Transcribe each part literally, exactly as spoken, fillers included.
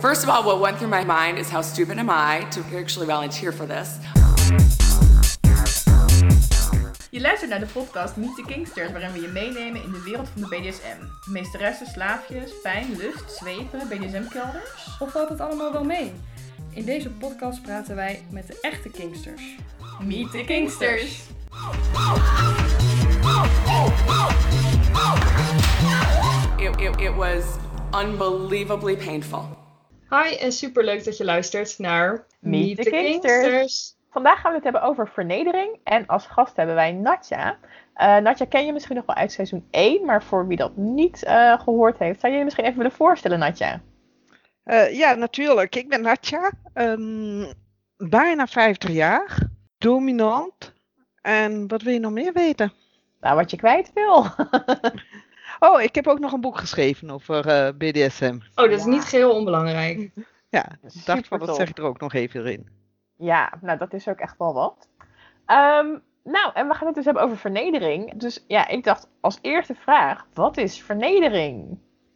First of all, what went through my mind is how stupid am I to actually volunteer for this. Je luistert naar de podcast Meet the Kingsters, waarin we je meenemen in de wereld van de B D S M. Meesteressen, slaafjes, pijn, lust, zwepen, B D S M-kelders. Of valt het allemaal wel mee? In deze podcast praten wij met de echte Kingsters. Meet the Kingsters! It, it, it was unbelievably painful. Hi en superleuk dat je luistert naar Meet the Kingsters. Vandaag gaan we het hebben over vernedering en als gast hebben wij Natja. Uh, Natja ken je misschien nog wel uit seizoen één, maar voor wie dat niet uh, gehoord heeft, zou je je misschien even willen voorstellen, Natja? Uh, ja, natuurlijk. Ik ben Natja, um, bijna vijftig jaar, dominant. En wat wil je nog meer weten? Nou, wat je kwijt wil. Oh, ik heb ook nog een boek geschreven over uh, B D S M. Oh, dat is ja. niet geheel onbelangrijk. Ja, ik dacht van, dat zeg ik er ook nog even in. Ja, nou dat is ook echt wel wat. Um, nou, en we gaan het dus hebben over vernedering. Dus ja, ik dacht als eerste vraag, wat is vernedering?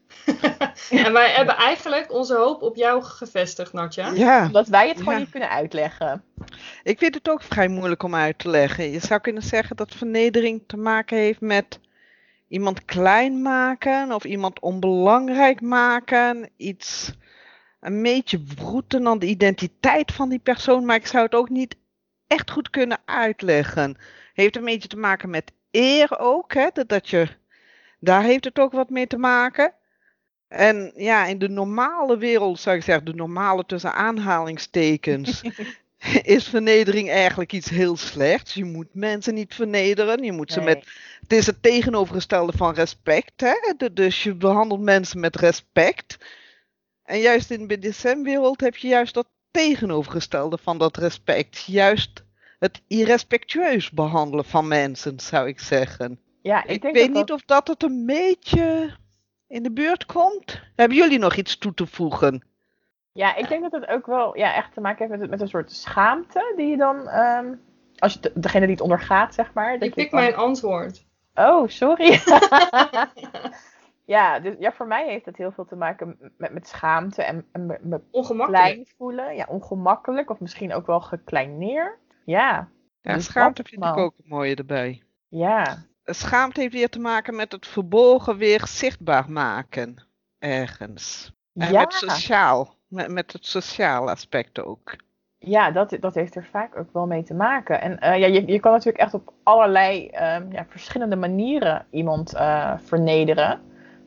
En wij hebben eigenlijk onze hoop op jou gevestigd, Natja. Ja. Omdat wij het gewoon ja. niet kunnen uitleggen. Ik vind het ook vrij moeilijk om uit te leggen. Je zou kunnen zeggen dat vernedering te maken heeft met iemand klein maken of iemand onbelangrijk maken. Iets een beetje wroeten aan de identiteit van die persoon, maar ik zou het ook niet echt goed kunnen uitleggen. Heeft een beetje te maken met eer ook, hè? Dat, dat je, daar heeft het ook wat mee te maken. En ja, in de normale wereld zou ik zeggen, de normale tussen aanhalingstekens, is vernedering eigenlijk iets heel slechts. Je moet mensen niet vernederen. Je moet ze Nee. met, het is het tegenovergestelde van respect. Hè? Dus je behandelt mensen met respect. En juist in de B D S M-wereld heb je juist dat tegenovergestelde van dat respect. Juist het irrespectueus behandelen van mensen, zou ik zeggen. Ja, ik, Ik, denk weet dat niet dat... of dat het een beetje in de buurt komt. Hebben jullie nog iets toe te voegen? Ja, ik denk dat het ook wel ja, echt te maken heeft met, met een soort schaamte die je dan, um, als je de, degene die het ondergaat, zeg maar. Dat Ik je pik dan... mijn antwoord. Oh, sorry. Ja, dus ja, voor mij heeft het heel veel te maken met, met schaamte en, en me, me Ongemakkelijk. klein voelen. Ja, ongemakkelijk of misschien ook wel gekleineerd. Ja. Ja, dus schaamte dat vind ik allemaal. ook een mooie erbij. Ja. Schaamte heeft weer te maken met het verborgen weer zichtbaar maken. Ergens. En Ja. met sociaal. Met, met het sociale aspect ook. Ja, dat, dat heeft er vaak ook wel mee te maken. En uh, ja, je, je kan natuurlijk echt op allerlei um, ja, verschillende manieren iemand uh, vernederen.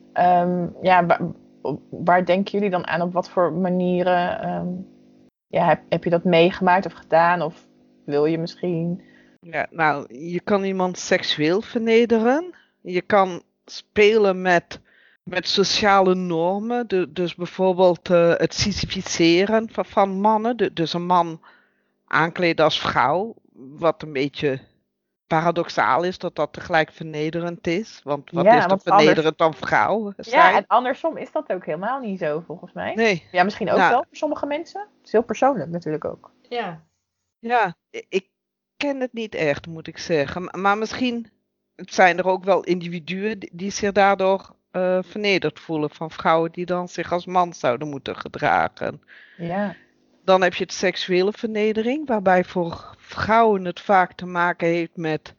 Um, ja, waar, waar denken jullie dan aan? Op wat voor manieren um, ja, heb, heb je dat meegemaakt of gedaan? Of wil je misschien? Ja, nou, je kan iemand seksueel vernederen. Je kan spelen met, met sociale normen. De, dus bijvoorbeeld uh, het sissificeren van, van mannen. De, dus een man aankleden als vrouw. Wat een beetje paradoxaal is dat dat tegelijk vernederend is. Want wat Ja, is er want vernederend dan vrouw Ja, zijn? en andersom is dat ook helemaal niet zo, volgens mij. Nee. Ja, misschien ook Nou. wel voor sommige mensen. Het is heel persoonlijk natuurlijk ook. Ja. Ja, i- ik ken het niet echt, moet ik zeggen. M- Maar misschien zijn er ook wel individuen die, die zich daardoor uh, vernederd voelen van vrouwen die dan zich als man zouden moeten gedragen. Ja. Dan heb je het seksuele vernedering, waarbij voor vrouwen het vaak te maken heeft met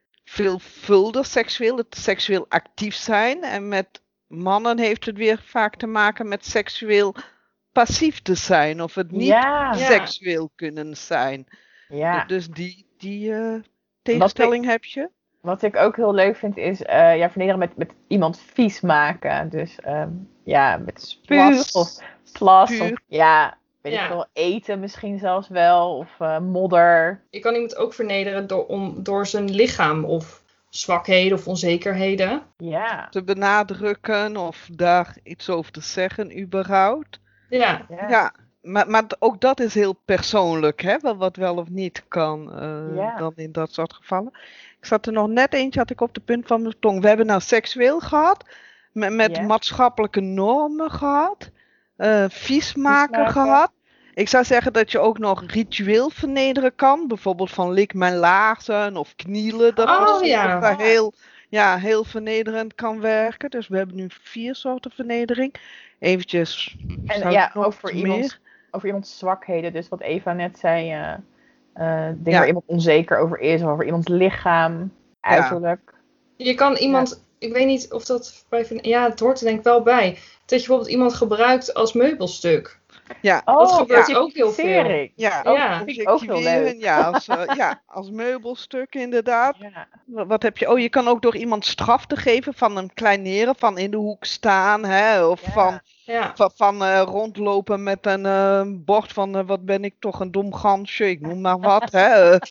veelvuldig seksueel, het seksueel actief zijn. En met mannen heeft het weer vaak te maken met seksueel passief te zijn of het niet Ja. seksueel kunnen zijn. Ja. Dus die, die uh, tegenstelling heb je. Wat ik ook heel leuk vind is uh, ja, vernederen met, met iemand vies maken. Dus um, ja, met spuug Plas. of plas. Spuug. Of ja, weet Ja. ik veel, eten misschien zelfs wel. Of uh, modder. Je kan iemand ook vernederen door, om, door zijn lichaam of zwakheden of onzekerheden. Ja. Te benadrukken of daar iets over te zeggen überhaupt. Ja. Ja. Ja, maar, maar ook dat is heel persoonlijk, hè? Wat, wat wel of niet kan uh, Ja. dan in dat soort gevallen. Ik zat er nog net eentje, had ik op de punt van mijn tong. We hebben nou seksueel gehad, met, met Ja. maatschappelijke normen gehad, uh, vies maken maken. gehad. Ik zou zeggen dat je ook nog ritueel vernederen kan. Bijvoorbeeld van lik mijn laarzen of knielen. Dat Oh, was ja. vroeger heel, ja, heel vernederend kan werken. Dus we hebben nu vier soorten vernedering. Eventjes, En zou ja, ik nog over iets iemands, meer? over iemands zwakheden. Dus wat Eva net zei. eh eh, dingen Ja. waar iemand onzeker over is. Of over iemands lichaam. Uiterlijk. Je kan iemand, ik weet niet of dat bij van, ja, het hoort er denk ik wel bij. Dat je bijvoorbeeld iemand gebruikt als meubelstuk. Ja, Dat gebeurt ja, ook heel veel. objectificering. ja, Oh, Ja. dat vind ik ook heel objectiveren, leuk. ja, als, eh, ja, als meubelstuk inderdaad. Ja. Wa- Wat heb je? Oh, je kan ook door iemand straf te geven van een kleineren, van in de hoek staan, hè, of Ja. van, Ja. van, van eh, rondlopen met een eh, bord van eh, wat ben ik toch een dom gansje, ik noem maar wat, hè. eh.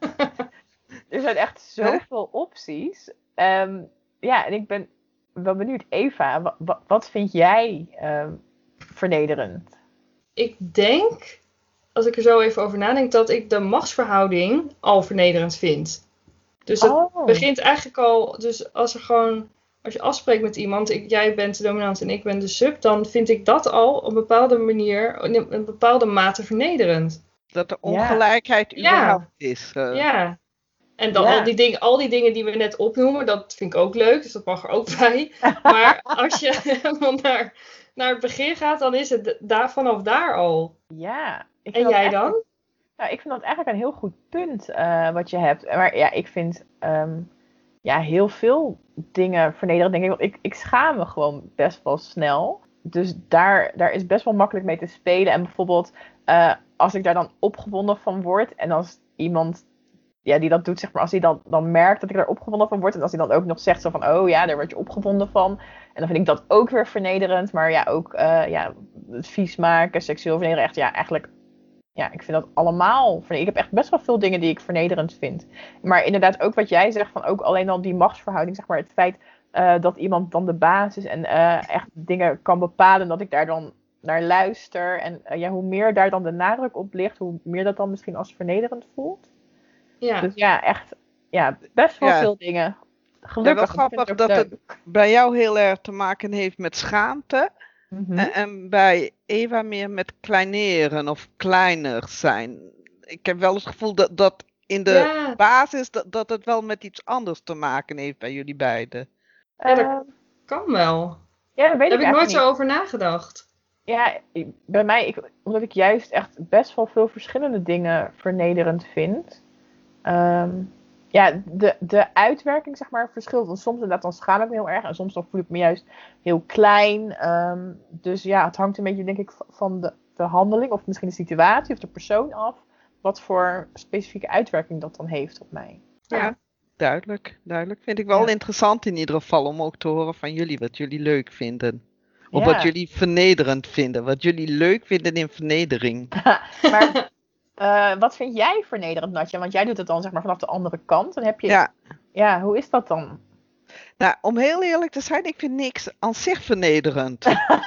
Er zijn echt zoveel opties. Ehm, ja, en ik ben wel benieuwd, Eva, wa- wa- wat vind jij ehm, vernederend? Ik denk, als ik er zo even over nadenk, dat ik de machtsverhouding al vernederend vind. Dus het Oh. begint eigenlijk al, dus als er gewoon, als je afspreekt met iemand, ik, jij bent de dominant en ik ben de sub, dan vind ik dat al op een bepaalde manier, in een bepaalde mate vernederend. Dat er Ja. ongelijkheid Ja. überhaupt is. eh. Ja. En dan Ja. al, die dingen, al die dingen die we net opnoemen, dat vind ik ook leuk, dus dat mag er ook bij. Maar als je helemaal naar, naar het begin gaat, dan is het daar, vanaf daar al. Ja. Ik vind En dat jij eigenlijk- dan? Nou, ik vind dat eigenlijk een heel goed punt eh, wat je hebt. Maar ja, ik vind ehm, ja, heel veel dingen vernederend, denk ik. Want ik, ik schaam me gewoon best wel snel. Dus daar, daar is best wel makkelijk mee te spelen. En bijvoorbeeld, eh, als ik daar dan opgewonden van word. En als iemand ja, die dat doet, zeg maar, als hij dan, dan merkt dat ik daar opgewonden van word. En als hij dan ook nog zegt zo van, oh ja, daar word je opgewonden van. En dan vind ik dat ook weer vernederend. Maar ja, ook eh, ja, het vies maken, seksueel vernederen. Echt, ja, eigenlijk... Ja, ik vind dat allemaal vernederend. Ik heb echt best wel veel dingen die ik vernederend vind. Maar inderdaad, ook wat jij zegt, van ook alleen al die machtsverhouding, zeg maar, het feit eh, dat iemand dan de baas is en eh, echt dingen kan bepalen, dat ik daar dan naar luister. En eh, ja, hoe meer daar dan de nadruk op ligt, hoe meer dat dan misschien als vernederend voelt. Ja. Dus ja, echt, ja, best wel Ja. veel dingen. Gelukkig. wel ik vind grappig ook dat het- leuk. Bij jou heel erg te maken heeft met schaamte. Mhm. En, en bij Eva meer met kleineren of kleiner zijn. Ik heb wel het gevoel dat, dat in de Ja. basis dat, dat het wel met iets anders te maken heeft bij jullie beiden. Ja, dat- Eh, Kan wel. ja, dat weet Daar heb ik ik nooit eigenlijk zo niet. over nagedacht. Ja, ik- bij mij, ik, omdat ik juist echt best wel veel verschillende dingen vernederend vind. Ehm, ja, de, de uitwerking, zeg maar, verschilt. Want soms inderdaad, dan schaam ik me heel erg. En soms dan voel ik me juist heel klein. Ehm, dus ja, het hangt een beetje, denk ik, v- van de, de handeling. Of misschien de situatie of de persoon af. Wat voor specifieke uitwerking dat dan heeft op mij. Ja, duidelijk, duidelijk. Vind ik wel Ja. interessant in ieder geval om ook te horen van jullie wat jullie leuk vinden. Of Ja. wat jullie vernederend vinden. Wat jullie leuk vinden in vernedering. Maar eh, wat vind jij vernederend, Natja? Want jij doet het dan, zeg maar, vanaf de andere kant. Dan heb je... Ja, Ja, hoe is dat dan? nou, om heel eerlijk te zijn, ik vind niks aan zich vernederend.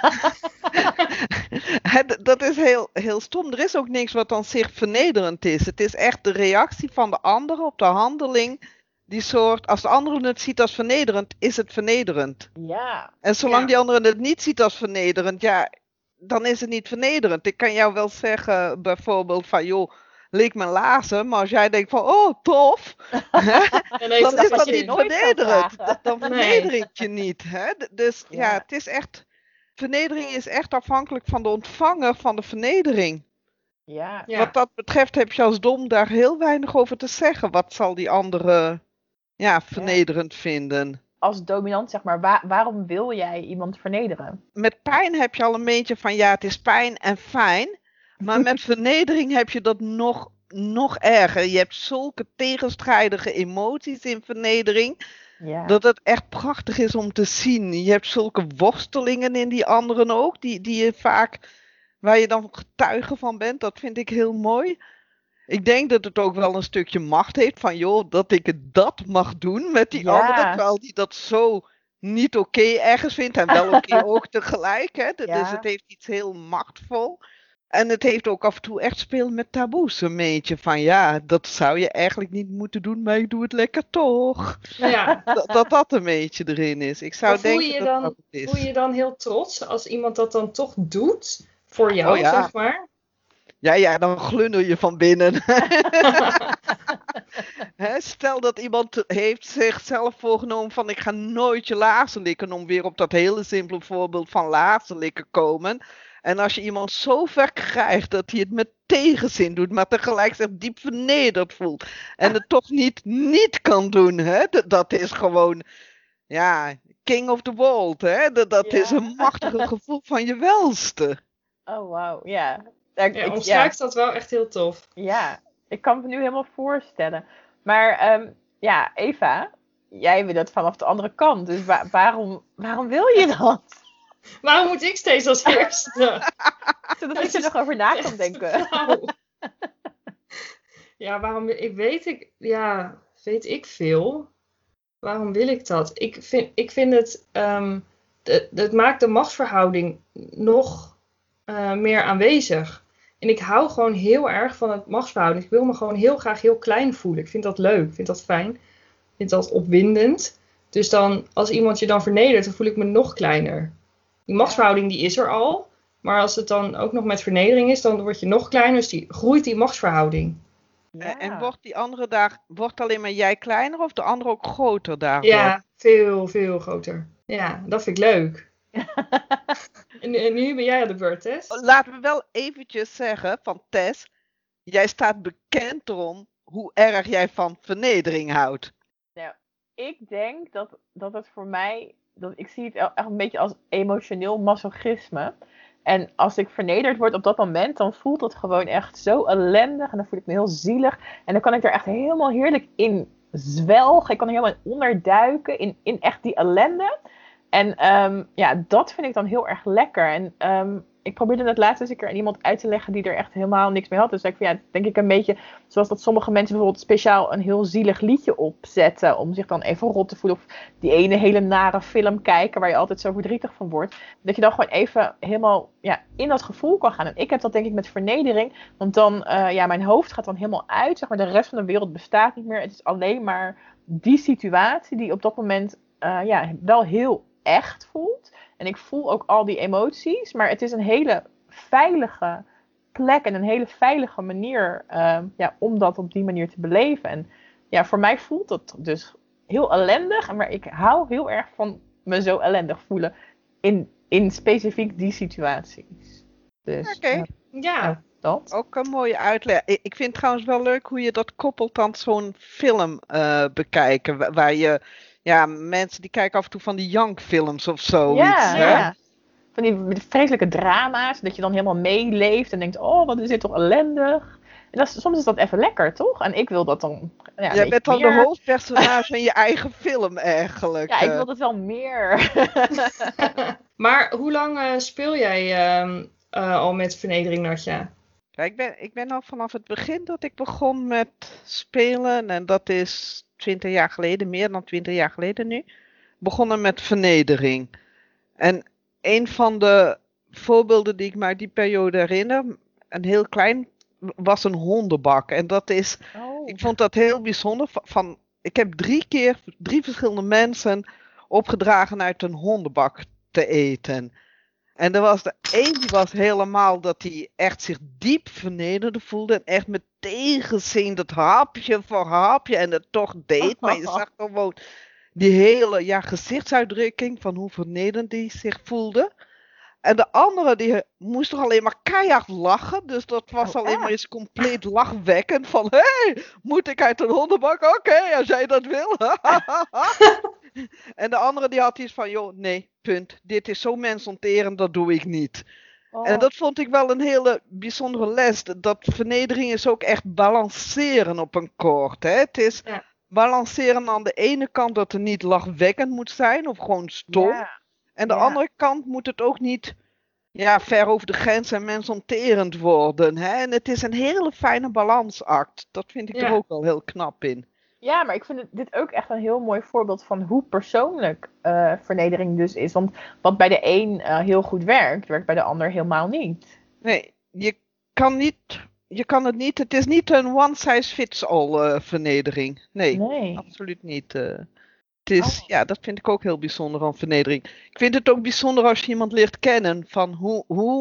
Het- dat is heel, heel stom. Er is ook niks wat aan zich vernederend is. Het is echt de reactie van de ander op de handeling. Die soort, als de andere het ziet als vernederend, is het vernederend. Ja. En zolang Ja. die andere het niet ziet als vernederend, ja, dan is het niet vernederend. Ik kan jou wel zeggen, bijvoorbeeld van, joh, leek me lazen. Maar als jij denkt van, oh, tof. hè, En dan, dan dat is wat dat je niet nooit zou vernederend. vragen. Dan Nee. verneder ik je niet. Hè? D- Dus ja. Ja. het is echt. Vernedering is echt afhankelijk van de ontvanger van de vernedering. Ja. Ja. Wat dat betreft heb je als dom daar heel weinig over te zeggen. Wat zal die andere ja, vernederend vinden? Als dominant, zeg maar, wa- waarom wil jij iemand vernederen? Met pijn heb je al een beetje van ja, het is pijn en fijn. Maar met vernedering heb je dat nog, nog erger. Je hebt zulke tegenstrijdige emoties in vernedering. Ja. Dat het echt prachtig is om te zien. Je hebt zulke worstelingen in die anderen ook. Die, die je vaak, waar je dan getuige van bent. Dat vind ik heel mooi. Ik denk dat het ook wel een stukje macht heeft. Van joh, dat ik het dat mag doen met die Ja. anderen. Terwijl die dat zo niet oké ergens vindt. En wel oké ook tegelijk. Hè. Dus Ja. het heeft iets heel machtvol. En het heeft ook af en toe echt spelen met taboes. Een beetje van ja, dat zou je eigenlijk niet moeten doen. Maar ik doe het lekker toch. Ja. Dat dat, dat een beetje erin is. Ik zou Maar voel denken je, je dat dan, dat het is. voel je je dan heel trots als iemand dat dan toch doet voor jou, Oh ja. zeg maar? Ja, ja, dan glunder je van binnen. Hè, stel dat iemand heeft zichzelf voorgenomen van ik ga nooit je laarzen likken, om weer op dat hele simpele voorbeeld van laarzen likken komen. En als je iemand zo ver krijgt dat hij het met tegenzin doet, maar tegelijk zich diep vernederd voelt en het toch niet niet kan doen, hè? Dat, dat is gewoon, ja, king of the world, hè? Dat, dat Ja. is een machtige gevoel van je welste. Oh, wauw, ja. Ja, ik- Ja, ik- ja. omschrijft dat wel echt heel tof. Ja, ik kan het me nu helemaal voorstellen. Maar ehm, ja, Eva, jij wil het vanaf de andere kant. Dus wa- waarom, waarom wil je dat? Waarom moet ik steeds als eerste? Zodat Het ik er is nog over na kan Echt denken. flauw. Ja, waarom ik weet ik, ja, weet ik veel. Waarom wil ik dat? Ik vind, ik vind het, ehm, het, het maakt de machtsverhouding nog eh, meer aanwezig. En ik hou gewoon heel erg van het machtsverhouding. Ik wil me gewoon heel graag heel klein voelen. Ik vind dat leuk, ik vind dat fijn, ik vind dat opwindend. Dus dan, als iemand je dan vernedert, dan voel ik me nog kleiner. Die machtsverhouding die is er al, maar als het dan ook nog met vernedering is, dan word je nog kleiner, dus die, groeit die machtsverhouding. En, en wordt die andere daar, wordt alleen maar jij kleiner of de andere ook groter daardoor? Ja, veel, veel groter. Ja, dat vind ik leuk. En, en nu ben jij aan de beurt, Tess. Laten we wel eventjes zeggen van Tess, jij staat bekend erom hoe erg jij van vernedering houdt. Nou, ik denk dat, dat het voor mij, dat, ik zie het echt een beetje als emotioneel masochisme. En als ik vernederd word op dat moment, dan voelt het gewoon echt zo ellendig. En dan voel ik me heel zielig. En dan kan ik er echt helemaal heerlijk in zwelgen. Ik kan er helemaal in onderduiken, in, in echt die ellende. En ehm, ja, dat vind ik dan heel erg lekker. En ehm, ik probeerde het laatst eens een keer aan iemand uit te leggen die er echt helemaal niks mee had. Dus ik van, ja, denk ik een beetje zoals dat sommige mensen bijvoorbeeld speciaal een heel zielig liedje opzetten. Om zich dan even rot te voelen. Of die ene hele nare film kijken waar je altijd zo verdrietig van wordt. Dat je dan gewoon even helemaal ja, in dat gevoel kan gaan. En ik heb dat denk ik met vernedering. Want dan, uh, ja, mijn hoofd gaat dan helemaal uit. Zeg maar, de rest van de wereld bestaat niet meer. Het is alleen maar die situatie die op dat moment uh, ja, wel heel echt voelt. En ik voel ook al die emoties. Maar het is een hele veilige plek en een hele veilige manier uh, ja, om dat op die manier te beleven. En ja, voor mij voelt dat dus heel ellendig. Maar ik hou heel erg van me zo ellendig voelen in, in specifiek die situaties. Dus Oké. ja, Ja, dat. Ook een mooie uitleg. Ik ik vind het trouwens wel leuk hoe je dat koppelt aan zo'n film uh, bekijken. wa- Waar je, ja, mensen die kijken af en toe van die jankfilms of zoiets. Ja, hè? ja. Van die vreselijke drama's. Dat je dan helemaal meeleeft en denkt, oh, wat is dit toch ellendig. En dat is, soms is dat even lekker, toch? En ik wil dat dan ja, een Jij beetje bent dan meer. de hoofdpersonage in je eigen film eigenlijk. Ja, ik eh. wil dat wel meer. maar hoe lang eh, speel jij ehm, eh, al met vernedering, Natja? Ja, ik, ben, ik ben al vanaf het begin dat ik begon met spelen, en dat is twintig jaar geleden, meer dan twintig jaar geleden nu, begonnen met vernedering. En een van de voorbeelden die ik me uit die periode herinner, een heel klein, was een hondenbak. En dat is, Oh. ik vond dat heel bijzonder. Van, van, ik heb drie keer, drie verschillende mensen opgedragen uit een hondenbak te eten. En er was er één die was helemaal dat hij echt zich diep vernederd voelde. En echt met tegenzin dat hapje voor hapje en het toch deed. Maar je zag gewoon die hele ja, gezichtsuitdrukking van hoe vernederend hij zich voelde. En de andere die moest toch alleen maar keihard lachen. Dus dat was Oh, alleen maar echt? eens compleet lachwekkend. Van hé, hey, moet ik uit een hondenbak? Oké, okay, als jij dat wil. En de andere die had iets van, joh, nee, punt. Dit is zo mensonterend, dat doe ik niet. Oh. En dat vond ik wel een hele bijzondere les. Dat vernedering is ook echt balanceren op een koord. Hè? Het is Ja. balanceren aan de ene kant dat het niet lachwekkend moet zijn of gewoon stom. Ja. En de Ja. andere kant moet het ook niet ja, ver over de grens en mensonterend worden. Hè? En het is een hele fijne balansact. Dat vind ik Ja. er ook wel heel knap in. Ja, maar ik vind het, dit ook echt een heel mooi voorbeeld van hoe persoonlijk uh, vernedering dus is. Want wat bij de een uh, heel goed werkt, werkt bij de ander helemaal niet. Nee, je kan niet, je kan het niet, het is niet een one size fits all uh, vernedering. Nee, Nee. absoluut niet. Uh, het is, Oh. ja, dat vind ik ook heel bijzonder aan vernedering. Ik vind het ook bijzonder als je iemand leert kennen van hoe, hoe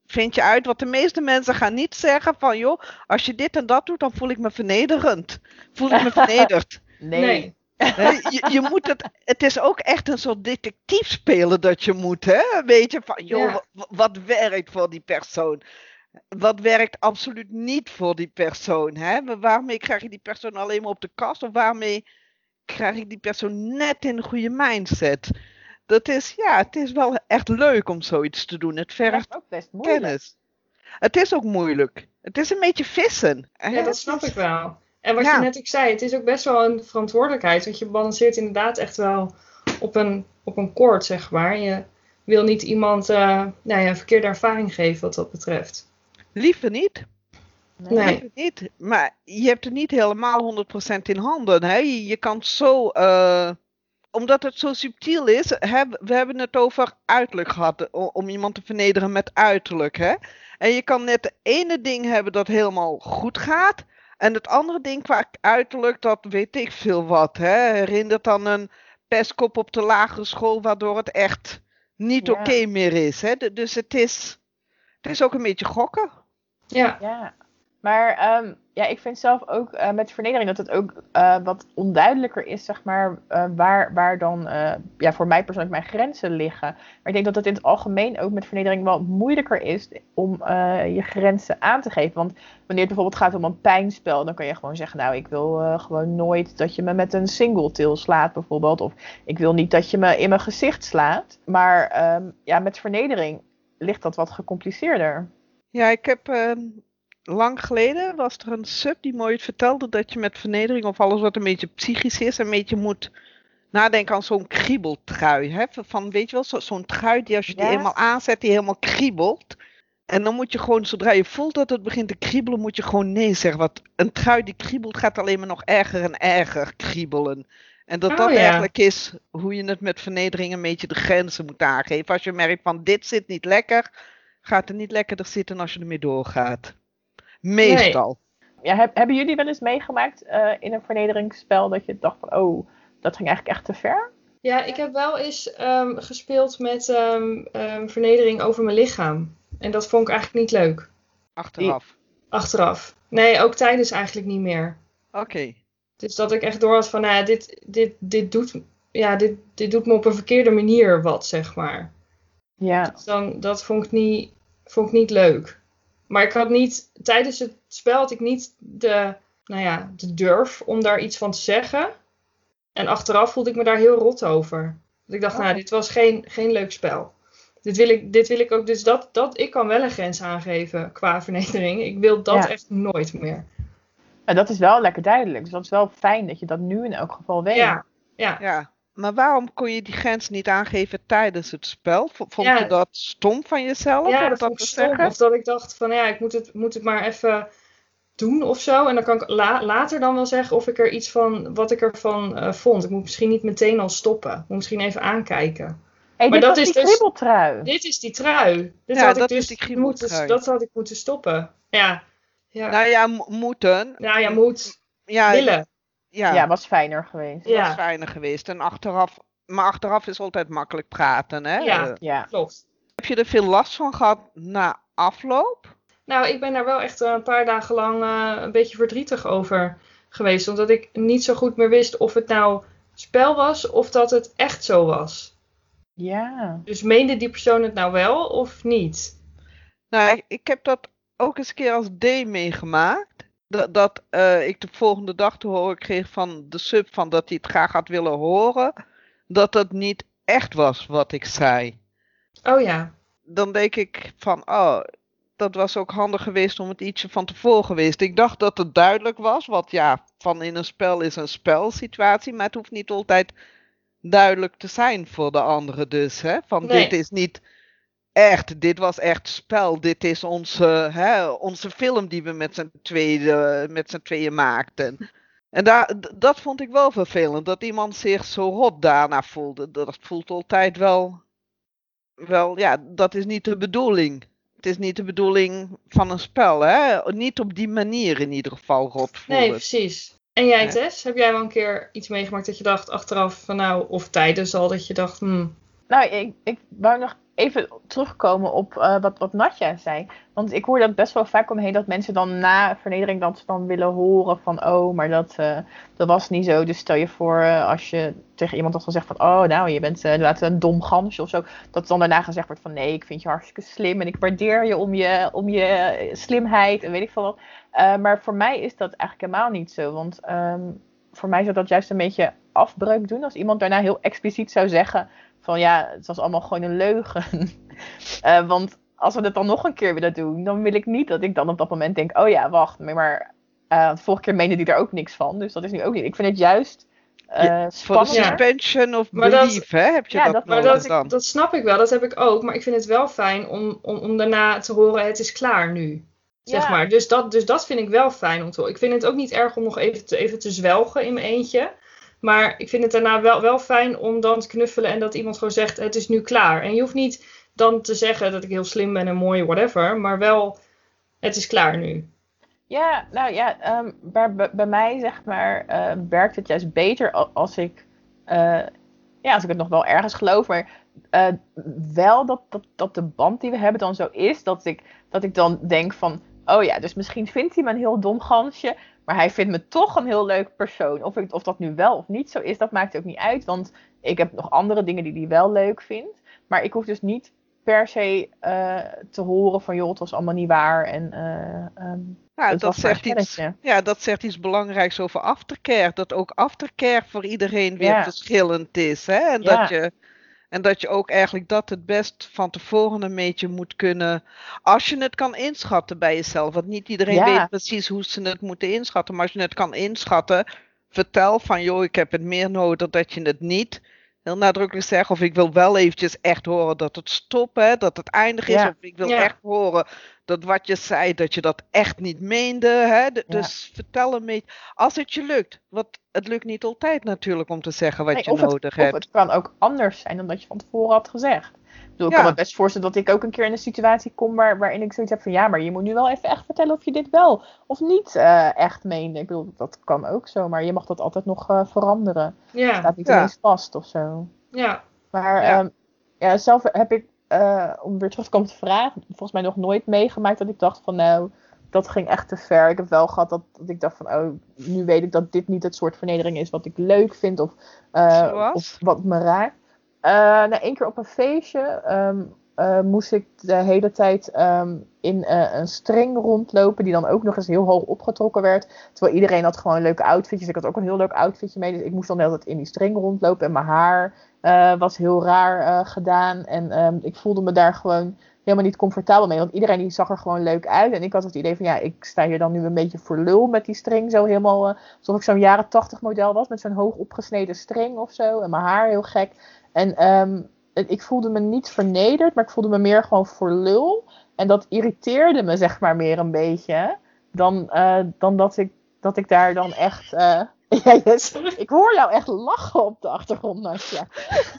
vind je uit. Want de meeste mensen gaan niet zeggen van, joh, als je dit en dat doet, dan voel ik me vernederend. Voel ik me vernederd. Nee. Nee. Hè, je, je moet het, het is ook echt een soort detectief spelen dat je moet, hè? Weet je, van, joh, Ja. wa- wat werkt voor die persoon? Wat werkt absoluut niet voor die persoon, hè? Maar waarmee krijg je die persoon alleen maar op de kast? Of waarmee krijg ik die persoon net in de goede mindset? Dat is, ja, het is wel echt leuk om zoiets te doen. Het Dat vergt is ook best moeilijk. kennis. Het is ook moeilijk. Het is een beetje vissen. hè? Ja, dat Het snap is- ik wel. En wat Ja. je net ook zei, het is ook best wel een verantwoordelijkheid. Want je balanceert inderdaad echt wel op een, op een koord, zeg maar. Je wil niet iemand eh, nou ja, een verkeerde ervaring geven wat dat betreft. Liever niet. Nee. Liever niet. Maar je hebt het niet helemaal honderd procent in handen. Hè? Je, je kan zo, eh, omdat het zo subtiel is, hè, we hebben het over uiterlijk gehad, o- om iemand te vernederen met uiterlijk. Hè? En je kan net het ene ding hebben dat helemaal goed gaat, en het andere ding qua uiterlijk, dat weet ik veel wat. Hè? Herinnert aan een pestkop op de lagere school, waardoor het echt niet Ja. oké meer is. Hè? D- Dus het is, het is ook een beetje gokken. Ja, Ja, maar ehm, ja, ik vind zelf ook eh, met vernedering dat het ook eh, wat onduidelijker is, zeg maar, eh, waar, waar dan eh, ja, voor mij persoonlijk mijn grenzen liggen. Maar ik denk dat het in het algemeen ook met vernedering wel moeilijker is om eh, je grenzen aan te geven. Want wanneer het bijvoorbeeld gaat om een pijnspel, dan kan je gewoon zeggen, nou, ik wil eh, gewoon nooit dat je me met een single til slaat bijvoorbeeld. Of ik wil niet dat je me in mijn gezicht slaat. Maar ehm, ja, met vernedering ligt dat wat gecompliceerder. Ja, ik heb ehm, lang geleden was er een sub die mooi vertelde dat je met vernedering of alles wat een beetje psychisch is, een beetje moet nadenken aan zo'n kriebeltrui. Hè? Van, weet je wel, zo, zo'n trui die als je die Ja. eenmaal aanzet, die helemaal kriebelt. En dan moet je gewoon, zodra je voelt dat het begint te kriebelen, moet je gewoon nee zeggen. Want een trui die kriebelt gaat alleen maar nog erger en erger kriebelen. En dat Oh, dat ja. eigenlijk is hoe je het met vernedering een beetje de grenzen moet aangeven. Als je merkt van dit zit niet lekker, gaat het niet lekkerder zitten als je ermee doorgaat. Meestal. Ja, heb- hebben jullie wel eens meegemaakt eh, in een vernederingsspel dat je dacht van, oh, dat ging eigenlijk echt te ver? ja ik heb wel eens ehm, gespeeld met ehm, ehm, vernedering over mijn lichaam. En dat vond ik eigenlijk niet leuk. Achteraf. Achteraf. Nee, ook tijdens eigenlijk niet meer. Oké. Dus dat ik echt door had van, nou ja, dit, dit, dit, doet, ja, dit, dit doet me op een verkeerde manier wat, zeg maar. Ja, Dus dan, dat vond ik, niet, vond ik niet leuk. Maar ik had niet, tijdens het spel had ik niet de, nou ja, de durf om daar iets van te zeggen. En achteraf voelde ik me daar heel rot over. Dat ik dacht, Oh. nou, dit was geen, geen leuk spel. Dit wil ik, dit wil ik ook, dus dat, dat, ik kan wel een grens aangeven qua vernedering. Ik wil dat Ja. echt nooit meer. en dat is wel lekker duidelijk. Dus dat is wel fijn dat je dat nu in elk geval weet. Ja, ja. Ja. Maar waarom kon je die grens niet aangeven tijdens het spel? V- Vond Ja. je dat stom van jezelf? Ja, om dat vond ik te stom. zeggen? Of dat ik dacht van ja, ik moet het, moet het maar even doen of zo. En dan kan ik la- later dan wel zeggen of ik er iets van, wat ik ervan eh vond. Ik moet misschien niet meteen al stoppen. Ik moet misschien even aankijken. Hey, Maar dit dat was is die dus- kriebeltrui. Dit is die trui. Dit Ja, had dat ik is dus die moeten, kriebeltrui. dat had ik moeten stoppen. Ja. Ja. Nou ja, mo- moeten. nou ja, moet Ja, willen. ja, Ja, was fijner geweest. dat was Ja. fijner geweest. En achteraf, maar achteraf is altijd makkelijk praten, hè? Ja. Eh, Ja. Klopt. Heb je er veel last van gehad na afloop? Nou, ik ben daar wel echt eh, een paar dagen lang eh, een beetje verdrietig over geweest. Omdat ik niet zo goed meer wist of het nou spel was of dat het echt zo was. Ja. Dus meende die persoon het nou wel of niet? Nou, ik, ik heb dat ook eens een keer als D meegemaakt. Dat, dat eh, ik de volgende dag te horen kreeg van de sub van dat hij het graag had willen horen. Dat het niet echt was wat ik zei. Oh ja. Dan denk ik van, oh, dat was ook handig geweest om het ietsje van tevoren geweest. Ik dacht dat het duidelijk was, want ja, van in een spel is een spelsituatie, maar het hoeft niet altijd duidelijk te zijn voor de anderen dus. Hè? Van Nee. dit is niet echt, dit was echt spel, dit is onze, hè, onze film die we met z'n tweeën, met z'n tweeën maakten. En daar, d- dat vond ik wel vervelend, dat iemand zich zo rot daarna voelde. Dat voelt altijd wel, wel, ja, dat is niet de bedoeling. Het is niet de bedoeling van een spel, hè? Niet op die manier in ieder geval rot voelen. Nee, precies. En jij, Ja. Tess, heb jij wel een keer iets meegemaakt dat je dacht achteraf van nou, of tijdens al dat je dacht, hmm, Nou, ik, ik wou nog even terugkomen op uh, wat, wat Natja zei. Want ik hoor dat best wel vaak omheen dat mensen dan na vernedering dat ze dan willen horen van oh, maar dat, uh, dat was niet zo. Dus stel je voor uh, als je tegen iemand had gezegd van oh, nou je bent uh, laten we een dom gansje of zo. Dat dan daarna gezegd wordt van nee, ik vind je hartstikke slim en ik waardeer je om je, om je slimheid en weet ik veel wat. Uh, maar voor mij is dat eigenlijk helemaal niet zo. Want um, voor mij zou dat juist een beetje afbreuk doen als iemand daarna heel expliciet zou zeggen van ja, het was allemaal gewoon een leugen. uh, want als we dat dan nog een keer willen doen, dan wil ik niet dat ik dan op dat moment denk, oh ja, wacht, maar uh, de vorige keer meende die er ook niks van. Dus dat is nu ook niet. Ik vind het juist uh, ja, voor de suspension of maar belief, dat, hè, heb je ja, dat, dat nodig maar dat, dan? ik, dat snap ik wel, dat heb ik ook. Maar ik vind het wel fijn om, om, om daarna te horen, het is klaar nu. Zeg ja. maar. Dus dat, dus dat vind ik wel fijn om te horen. Ik vind het ook niet erg om nog even te, even te zwelgen in mijn eentje. Maar ik vind het daarna wel, wel fijn om dan te knuffelen en dat iemand gewoon zegt, het is nu klaar. En je hoeft niet dan te zeggen dat ik heel slim ben en mooi, whatever. Maar wel, het is klaar nu. Ja, nou ja, um, bij, bij mij zeg maar uh, werkt het juist beter als ik, uh, ja, als ik het nog wel ergens geloof, maar uh, wel dat, dat, dat de band die we hebben dan zo is, dat ik, dat ik dan denk van, oh ja, dus misschien vindt hij me een heel dom gansje, maar hij vindt me toch een heel leuk persoon. Of, ik, of dat nu wel of niet zo is, dat maakt ook niet uit, want ik heb nog andere dingen die hij wel leuk vindt. Maar ik hoef dus niet per se uh, te horen van, joh, het was allemaal niet waar en... Uh, um, Ja, dat, dat zegt iets, ja, dat zegt iets belangrijks over aftercare. Dat ook aftercare voor iedereen weer ja. verschillend is. Hè? En, ja. dat je, en dat je ook eigenlijk dat het best van tevoren een beetje moet kunnen... Als je het kan inschatten bij jezelf. Want niet iedereen ja. weet precies hoe ze het moeten inschatten. Maar als je het kan inschatten, vertel van... joh, ik heb het meer nodig dat je het niet... heel nadrukkelijk zeggen. Of ik wil wel eventjes echt horen dat het stopt. Hè? Dat het eindig is. Ja. Of ik wil ja. echt horen... dat wat je zei, dat je dat echt niet meende. Hè? De, ja. Dus vertel een beetje, als het je lukt. Want het lukt niet altijd natuurlijk om te zeggen wat nee, je of nodig het, hebt. Of het kan ook anders zijn dan dat je van tevoren had gezegd. Ik, bedoel, ik ja. kan me best voorstellen dat ik ook een keer in een situatie kom waar, waarin ik zoiets heb van ja, maar je moet nu wel even echt vertellen of je dit wel of niet uh, echt meende. Ik bedoel, dat kan ook zo, maar je mag dat altijd nog uh, veranderen. Ja. Het staat niet ja. ineens vast of zo. Ja. Maar ja. Um, ja, zelf heb ik, uh, om weer terug te komen te vragen, volgens mij nog nooit meegemaakt dat ik dacht van nou, dat ging echt te ver. Ik heb wel gehad dat, dat ik dacht van oh, nu weet ik dat dit niet het soort vernedering is wat ik leuk vind of, uh, of wat me raakt. Uh, nou, één keer op een feestje um, uh, moest ik de hele tijd um, in uh, een string rondlopen die dan ook nog eens heel hoog opgetrokken werd. Terwijl iedereen had gewoon leuke outfitjes. Ik had ook een heel leuk outfitje mee, dus ik moest dan de hele tijd in die string rondlopen en mijn haar uh, was heel raar uh, gedaan. En um, ik voelde me daar gewoon helemaal niet comfortabel mee, want iedereen die zag er gewoon leuk uit. En ik had het idee van ja, ik sta hier dan nu een beetje voor lul met die string, zo helemaal uh, alsof ik zo'n jaren tachtig model was met zo'n hoog opgesneden string of zo en mijn haar heel gek. En um, ik voelde me niet vernederd, maar ik voelde me meer gewoon voor lul. En dat irriteerde me zeg maar meer een beetje. Dan, uh, dan dat, ik, dat ik daar dan echt... Uh... ja, yes, ik hoor jou echt lachen op de achtergrond, Natja.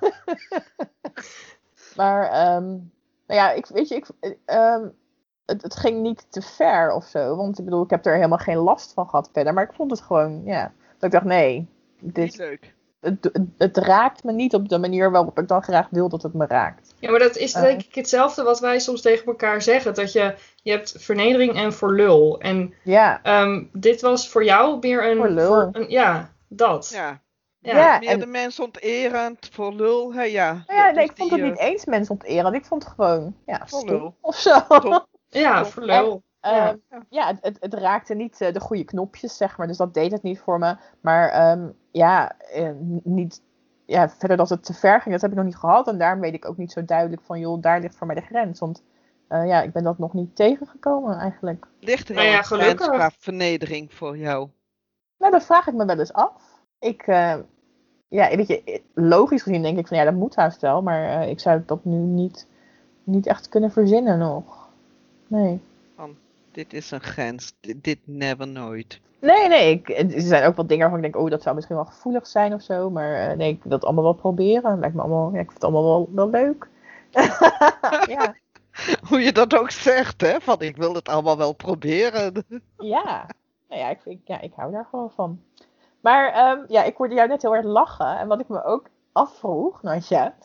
maar, um, nou ja, ik, weet je, ik, um, het, het ging niet te ver of zo. Want ik bedoel, ik heb er helemaal geen last van gehad verder. Maar ik vond het gewoon, ja... Dat ik dacht, nee, dit... Niet leuk. Het, het, het raakt me niet op de manier waarop ik dan graag wil dat het me raakt. Ja, maar dat is denk ik hetzelfde wat wij soms tegen elkaar zeggen. Dat je, je hebt vernedering en voor lul. En ja. um, dit was voor jou meer een... Voor lul. Voor een, ja, dat. Ja, ja. ja meer en, de mens onterend, voor lul. Hè, ja, nou ja, nee, dus ik vond die, het niet eens mensen onterend. Ik vond het gewoon, ja, voor stom lul. of zo. Ja, voor lul. En, ja, um, ja. ja het, het, het raakte niet uh, de goede knopjes, zeg maar. Dus dat deed het niet voor me. Maar um, ja, uh, niet... Ja, verder dat het te ver ging, dat heb ik nog niet gehad. En daarom weet ik ook niet zo duidelijk van, joh, daar ligt voor mij de grens. Want uh, ja, ik ben dat nog niet tegengekomen eigenlijk. Ligt er nou ja, een grens qua vernedering voor jou? Nou, dat vraag ik me wel eens af. Ik, uh, ja, weet je, logisch gezien denk ik van, ja, dat moet haast wel. Maar uh, ik zou dat nu niet, niet echt kunnen verzinnen nog. Nee. Van, dit is een grens, dit, dit never nooit. Nee, nee, ik, er zijn ook wat dingen waarvan ik denk, oh, dat zou misschien wel gevoelig zijn of zo. Maar uh, nee, ik wil het allemaal wel proberen. Lijkt me allemaal, ja, ik vind het allemaal wel, wel leuk. ja. Hoe je dat ook zegt, hè? Van, ik wil het allemaal wel proberen. ja, nou ja ik, ik, ja, ik hou daar gewoon van. Maar um, ja, ik hoorde jou net heel erg lachen. En wat ik me ook afvroeg, Natja,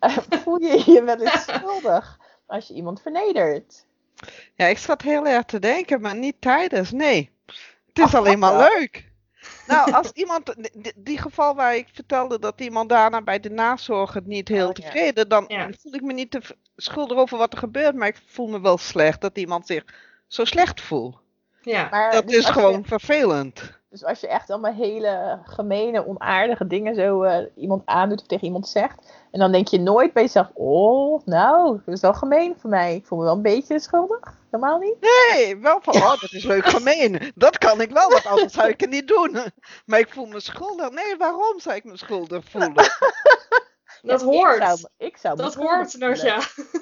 voel je je wel eens schuldig als je iemand vernedert? Ja, ik zat heel erg te denken, maar niet tijdens, nee. Het is Ach, alleen maar wat dan? leuk. Nou, als iemand, die, die geval waar ik vertelde dat iemand daarna bij de nazorg het niet heel Oh, ja. tevreden, dan Ja. voel ik me niet te v- schuldig over wat er gebeurt, maar ik voel me wel slecht dat iemand zich zo slecht voelt. Ja. Maar Dat dus is als gewoon Je, vervelend. dus als je echt allemaal hele gemene, onaardige dingen zo eh, iemand aandoet of tegen iemand zegt. En dan denk je nooit bij jezelf, oh, nou, dat is wel gemeen voor mij. Ik voel me wel een beetje schuldig. Helemaal niet. Nee, wel van, oh, dat is leuk gemeen. Dat kan ik wel, want anders zou ik het niet doen. Maar ik voel me schuldig. Nee, waarom zou ik me schuldig voelen? Dat Ja, hoort. Ik zou, me- ik zou me Dat schuldig hoort, voelen. Nasja.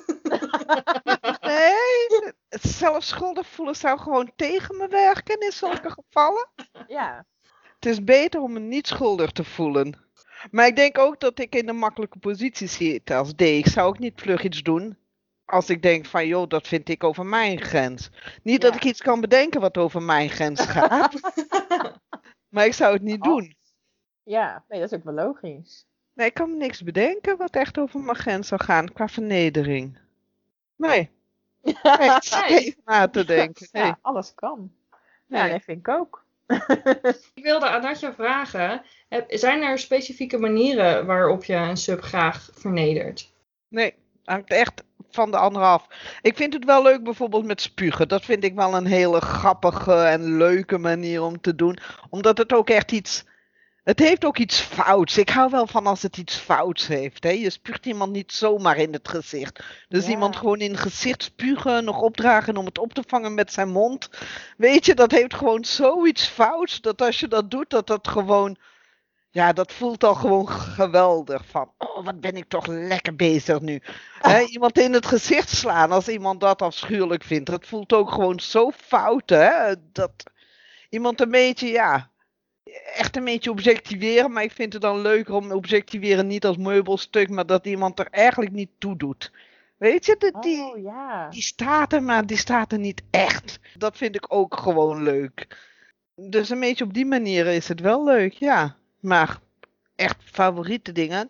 Nee, het zelf schuldig voelen zou gewoon tegen me werken in zulke gevallen. Ja. Het is beter om me niet schuldig te voelen. Maar ik denk ook dat ik in een makkelijke positie zit als D. Ik zou ook niet vlug iets doen als ik denk van, joh, dat vind ik over mijn grens. Niet dat Ja. ik iets kan bedenken wat over mijn grens gaat, maar ik zou het niet Oh. doen. Ja, nee, dat is ook wel logisch. Nee, ik kan niks bedenken wat echt over mijn grens zou gaan qua vernedering. Nee, nee, ik zit Nee. even na te denken. Nee. Ja, alles kan. Ja, Nee. nee, vind ik ook. Ik wilde aan Nadja vragen, heb- zijn er specifieke manieren waarop je een sub graag vernedert? Nee, hangt echt van de ander af. Ik vind het wel leuk bijvoorbeeld met spugen. Dat vind ik wel een hele grappige en leuke manier om te doen. Omdat het ook echt iets... Het heeft ook iets fouts. Ik hou wel van als het iets fouts heeft. Hè? Je spuugt iemand niet zomaar in het gezicht. Dus Ja. iemand gewoon in het gezicht spugen, nog opdragen om het op te vangen met zijn mond. Weet je, dat heeft gewoon zoiets fouts. Dat als je dat doet, dat dat gewoon... Ja, dat voelt al gewoon geweldig. Van, oh, wat ben ik toch lekker bezig nu. Hè, iemand in het gezicht slaan als iemand dat afschuwelijk vindt. Dat voelt ook gewoon zo fout, hè. Dat iemand een beetje, ja, echt een beetje objectiveren. Maar ik vind het dan leuker om objectiveren niet als meubelstuk, maar dat iemand er eigenlijk niet toe doet. Weet je, de- die, Oh, ja. die staat er, maar die staat er niet echt. Dat vind ik ook gewoon leuk. Dus een beetje op die manier is het wel leuk, ja. Maar echt favoriete dingen?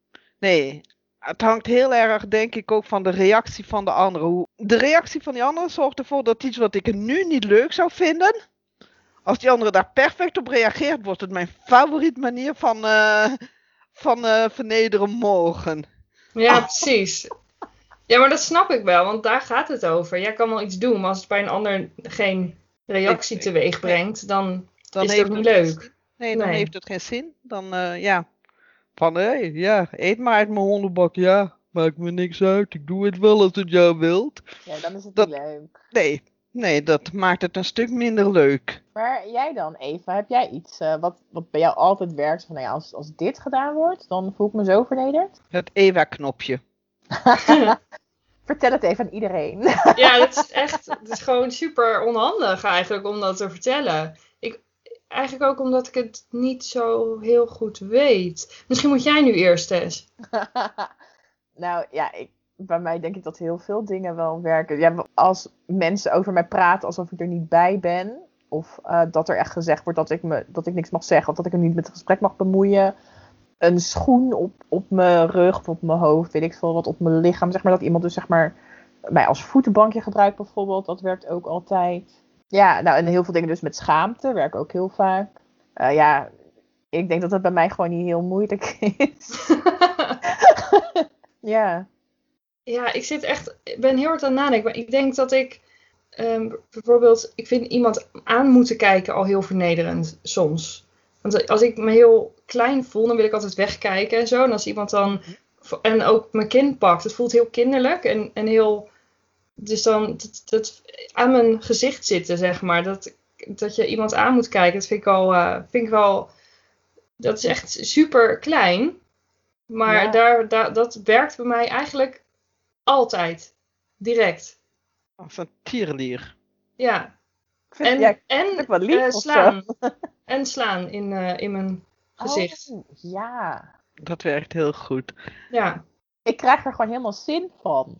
Nee. Het hangt heel erg, denk ik, ook van de reactie van de andere. Hoe... De reactie van die andere zorgt ervoor dat iets wat ik nu niet leuk zou vinden, als die andere daar perfect op reageert, wordt het mijn favoriet manier van, eh, van eh, vernederen morgen. Ja, precies. Ja, maar dat snap ik wel, want daar gaat het over. Jij kan wel iets doen, maar als het bij een ander geen reactie Ik- teweeg brengt, dan, Dan is heeft het ook niet het- leuk. Nee, dan Nee. heeft het geen zin. Dan, eh, ja. Van, hé, ja, eet maar uit mijn hondenbak. Ja, maakt me niks uit. Ik doe het wel als het jou wilt. Ja, dan is het Dat- niet leuk. Nee, nee, dat maakt het een stuk minder leuk. Maar jij dan, Eva, heb jij iets eh, wat, wat bij jou altijd werkt? Van, nou ja, als, als dit gedaan wordt, dan voel ik me zo vernederd. Het Eva-knopje. Vertel het even aan iedereen. Ja, dat is echt, het is gewoon super onhandig eigenlijk om dat te vertellen. Ik, eigenlijk ook omdat ik het niet zo heel goed weet. Misschien moet jij nu eerst, Tess. Nou ja, ik, bij mij denk ik dat heel veel dingen wel werken. Ja, als mensen over mij praten alsof ik er niet bij ben. Of eh, dat er echt gezegd wordt dat ik, me, dat ik niks mag zeggen. Of dat ik er niet met het gesprek mag bemoeien. Een schoen op, op mijn rug of op mijn hoofd. Weet ik veel wat op mijn lichaam. Zeg maar dat iemand dus zeg maar mij als voetenbankje gebruikt bijvoorbeeld. Dat werkt ook altijd. Ja, nou en heel veel dingen dus met schaamte. Werken ook heel vaak. Eh, ja, ik denk dat het bij mij gewoon niet heel moeilijk is. Ja. Ja, ik zit echt, ik ben heel hard aan het nadenken. Maar ik denk dat ik ehm, bijvoorbeeld, ik vind iemand aan moeten kijken al heel vernederend soms. Want als ik me heel klein voel, dan wil ik altijd wegkijken en zo. En als iemand dan, en ook mijn kind pakt, het voelt heel kinderlijk en, en heel, dus dan, dat, dat aan mijn gezicht zitten, zeg maar. Dat, dat je iemand aan moet kijken, dat vind ik al, eh, vind ik wel, dat is echt super klein. Maar Ja. daar, daar, dat werkt bij mij eigenlijk altijd. Direct. Als een tierlier. Ja. Ik vind, En, ja, ik en vind het wel lief eh, of zo. slaan. En slaan in, eh, in mijn gezicht. Oh, ja. Dat werkt heel goed. Ja. Ik krijg er gewoon helemaal zin van.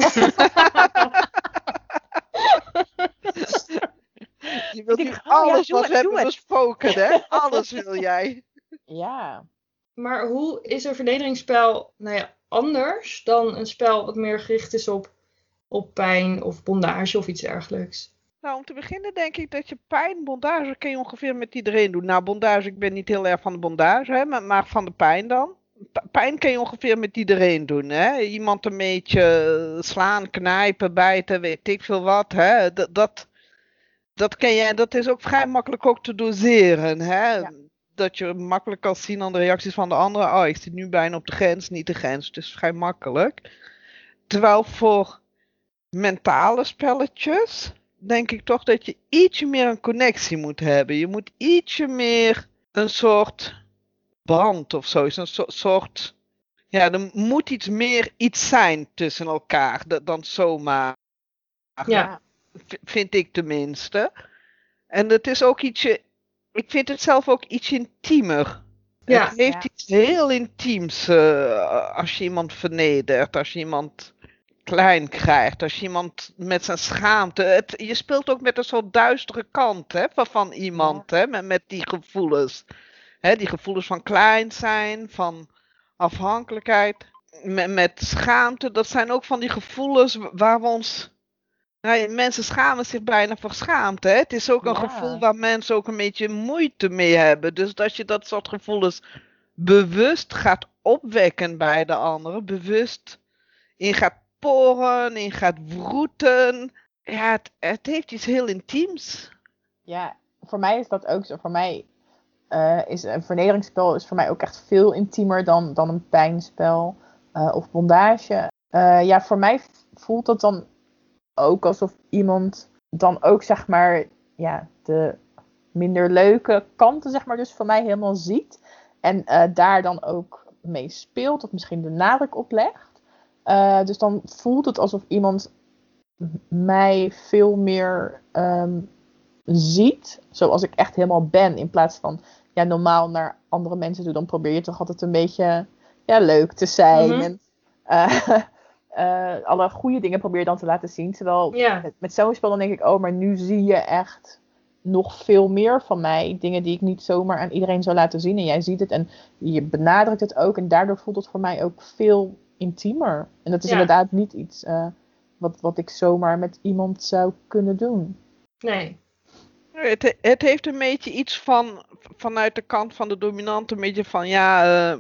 Je wilt Ik niet denk, oh ja, alles doe wat het, we doe hebben het. besproken, hè? Alles wil jij. Ja. Maar hoe is een vernederingsspel, nou ja, anders dan een spel wat meer gericht is op, op pijn of bondage of iets dergelijks? Nou, om te beginnen denk ik dat je pijn, bondage kun je ongeveer met iedereen doen. Nou, bondage, ik ben niet heel erg van de bondage, hè, maar, maar van de pijn dan. P- pijn kun je ongeveer met iedereen doen, hè. Iemand een beetje slaan, knijpen, bijten, weet ik veel wat, hè. Dat, dat, dat ken je, en dat is ook vrij makkelijk ook te doseren, hè. Ja. Dat je makkelijk kan zien aan de reacties van de anderen. Oh, ik zit nu bijna op de grens, niet de grens. Het is vrij makkelijk. Terwijl voor mentale spelletjes denk ik toch dat je ietsje meer een connectie moet hebben. Je moet ietsje meer een soort band of zo. Een so- soort. Ja, er moet iets meer iets zijn tussen elkaar da- dan zomaar. Ja. V- vind ik tenminste. En het is ook ietsje. Ik vind het zelf ook iets intiemer. Ja. Het heeft Ja. iets heel intiems eh, als je iemand vernedert, als je iemand klein krijgt, als je iemand met zijn schaamte. Het, je speelt ook met een soort duistere kant, hè, van, van iemand, hè, met, met die gevoelens. Hè, die gevoelens van klein zijn, van afhankelijkheid, met, met schaamte. Dat zijn ook van die gevoelens waar we ons. Nou, mensen schamen zich bijna voor schaamte. Hè? Het is ook een Ja. gevoel waar mensen ook een beetje moeite mee hebben. Dus dat je dat soort gevoelens bewust gaat opwekken bij de anderen. Bewust in gaat poren, in gaat wroeten. Ja, het, het heeft iets heel intiems. Ja, voor mij is dat ook zo. Voor mij eh, is een vernederingsspel is voor mij ook echt veel intiemer dan, dan een pijnspel eh, of bondage. Eh, ja, voor mij voelt dat dan ook alsof iemand dan ook, zeg maar, ja, de minder leuke kanten, zeg maar, dus van mij helemaal ziet. En eh, daar dan ook mee speelt, of misschien de nadruk op legt. Uh, dus dan voelt het alsof iemand mij veel meer um, ziet, zoals ik echt helemaal ben, in plaats van ja, normaal naar andere mensen toe. Dan probeer je toch altijd een beetje ja, leuk te zijn. Mhm. En uh, uh, alle goede dingen probeer je dan te laten zien. Terwijl Ja. met, met zo'n spel dan denk ik, oh, maar nu zie je echt nog veel meer van mij. Dingen die ik niet zomaar aan iedereen zou laten zien. En jij ziet het en je benadrukt het ook. En daardoor voelt het voor mij ook veel intiemer. En dat is Ja. inderdaad niet iets uh, wat, wat ik zomaar met iemand zou kunnen doen. Nee. Het, het heeft een beetje iets van, vanuit de kant van de dominante, een beetje van, ja, uh,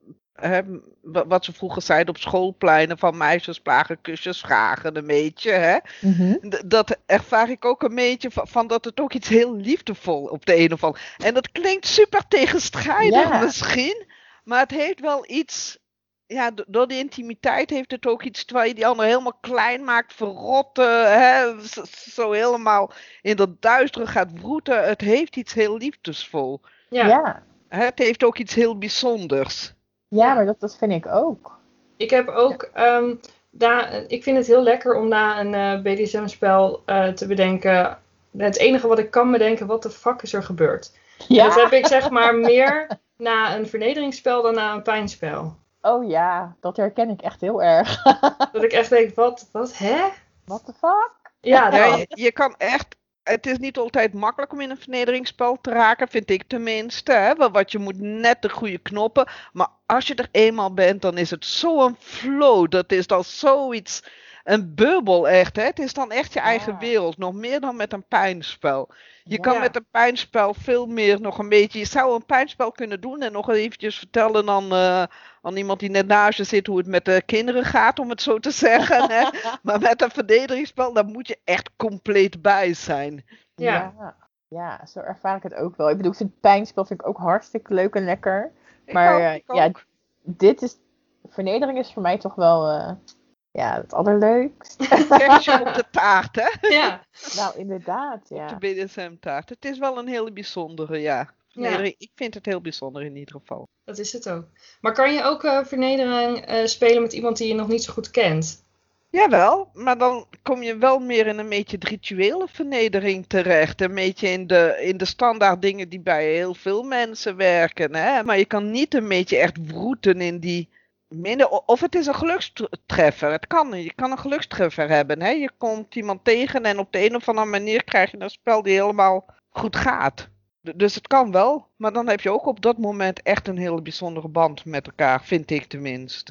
hè, wat ze vroeger zeiden op schoolpleinen, van meisjes plagen, kusjes vragen, een beetje, hè. Mm-hmm. D- dat ervaar ik ook een beetje van, van dat het ook iets heel liefdevol op de een of andere. En dat klinkt super tegenstrijdig Ja. misschien, maar het heeft wel iets. Ja, door de intimiteit heeft het ook iets, terwijl je die ander helemaal klein maakt, verrotten, hè, zo, zo helemaal in dat duistere gaat wroeten. Het heeft iets heel liefdesvol. Ja. Ja. Hè, het heeft ook iets heel bijzonders. Ja, maar dat, dat vind ik ook. Ik heb ook, um, da- ik vind het heel lekker om na een uh, B D S M-spel uh, te bedenken. Het enige wat ik kan bedenken, wat de fuck is er gebeurd? Ja. En dat heb ik zeg maar meer na een vernederingsspel dan na een pijnspel. Oh ja, dat herken ik echt heel erg. Dat ik echt denk, wat, wat, hè? What the fuck? Ja, Ja, dan. je, je kan echt. Het is niet altijd makkelijk om in een vernederingsspel te raken, vind ik tenminste. Hè? Want je moet net de goede knoppen. Maar als je er eenmaal bent, dan is het zo'n flow. Dat is dan zoiets. Een bubbel echt. Hè? Het is dan echt je eigen Ja. wereld. Nog meer dan met een pijnspel. Je Ja. kan met een pijnspel veel meer nog een beetje. Je zou een pijnspel kunnen doen en nog eventjes vertellen aan, uh, aan iemand die net naast je zit hoe het met de kinderen gaat, om het zo te zeggen. Hè? Maar met een verdedigingsspel, daar moet je echt compleet bij zijn. Ja. Ja. Ja, zo ervaar ik het ook wel. Ik bedoel, ik vind pijnspel vind ik ook hartstikke leuk en lekker. Ik Maar ook, uh, ik ja, ook. dit is... Vernedering is voor mij toch wel... Uh, ja, het allerleukst. Kerstje op de taart, hè? Ja. Nou, inderdaad, ja. Op de B D S M-taart. Het is wel een hele bijzondere, ja. Vernedering, ik vind het heel bijzonder in ieder geval. Dat is het ook. Maar kan je ook uh, vernedering uh, spelen met iemand die je nog niet zo goed kent? Jawel, maar dan kom je wel meer in een beetje de rituele vernedering terecht. Een beetje in de, in de standaard dingen die bij heel veel mensen werken. Hè? Maar je kan niet een beetje echt wroeten in die... Minder, of het is een gelukstreffer. Het kan, je kan een gelukstreffer hebben. Hè? Je komt iemand tegen en op de een of andere manier krijg je een spel die helemaal goed gaat. Dus het kan wel, maar dan heb je ook op dat moment echt een hele bijzondere band met elkaar, vind ik tenminste.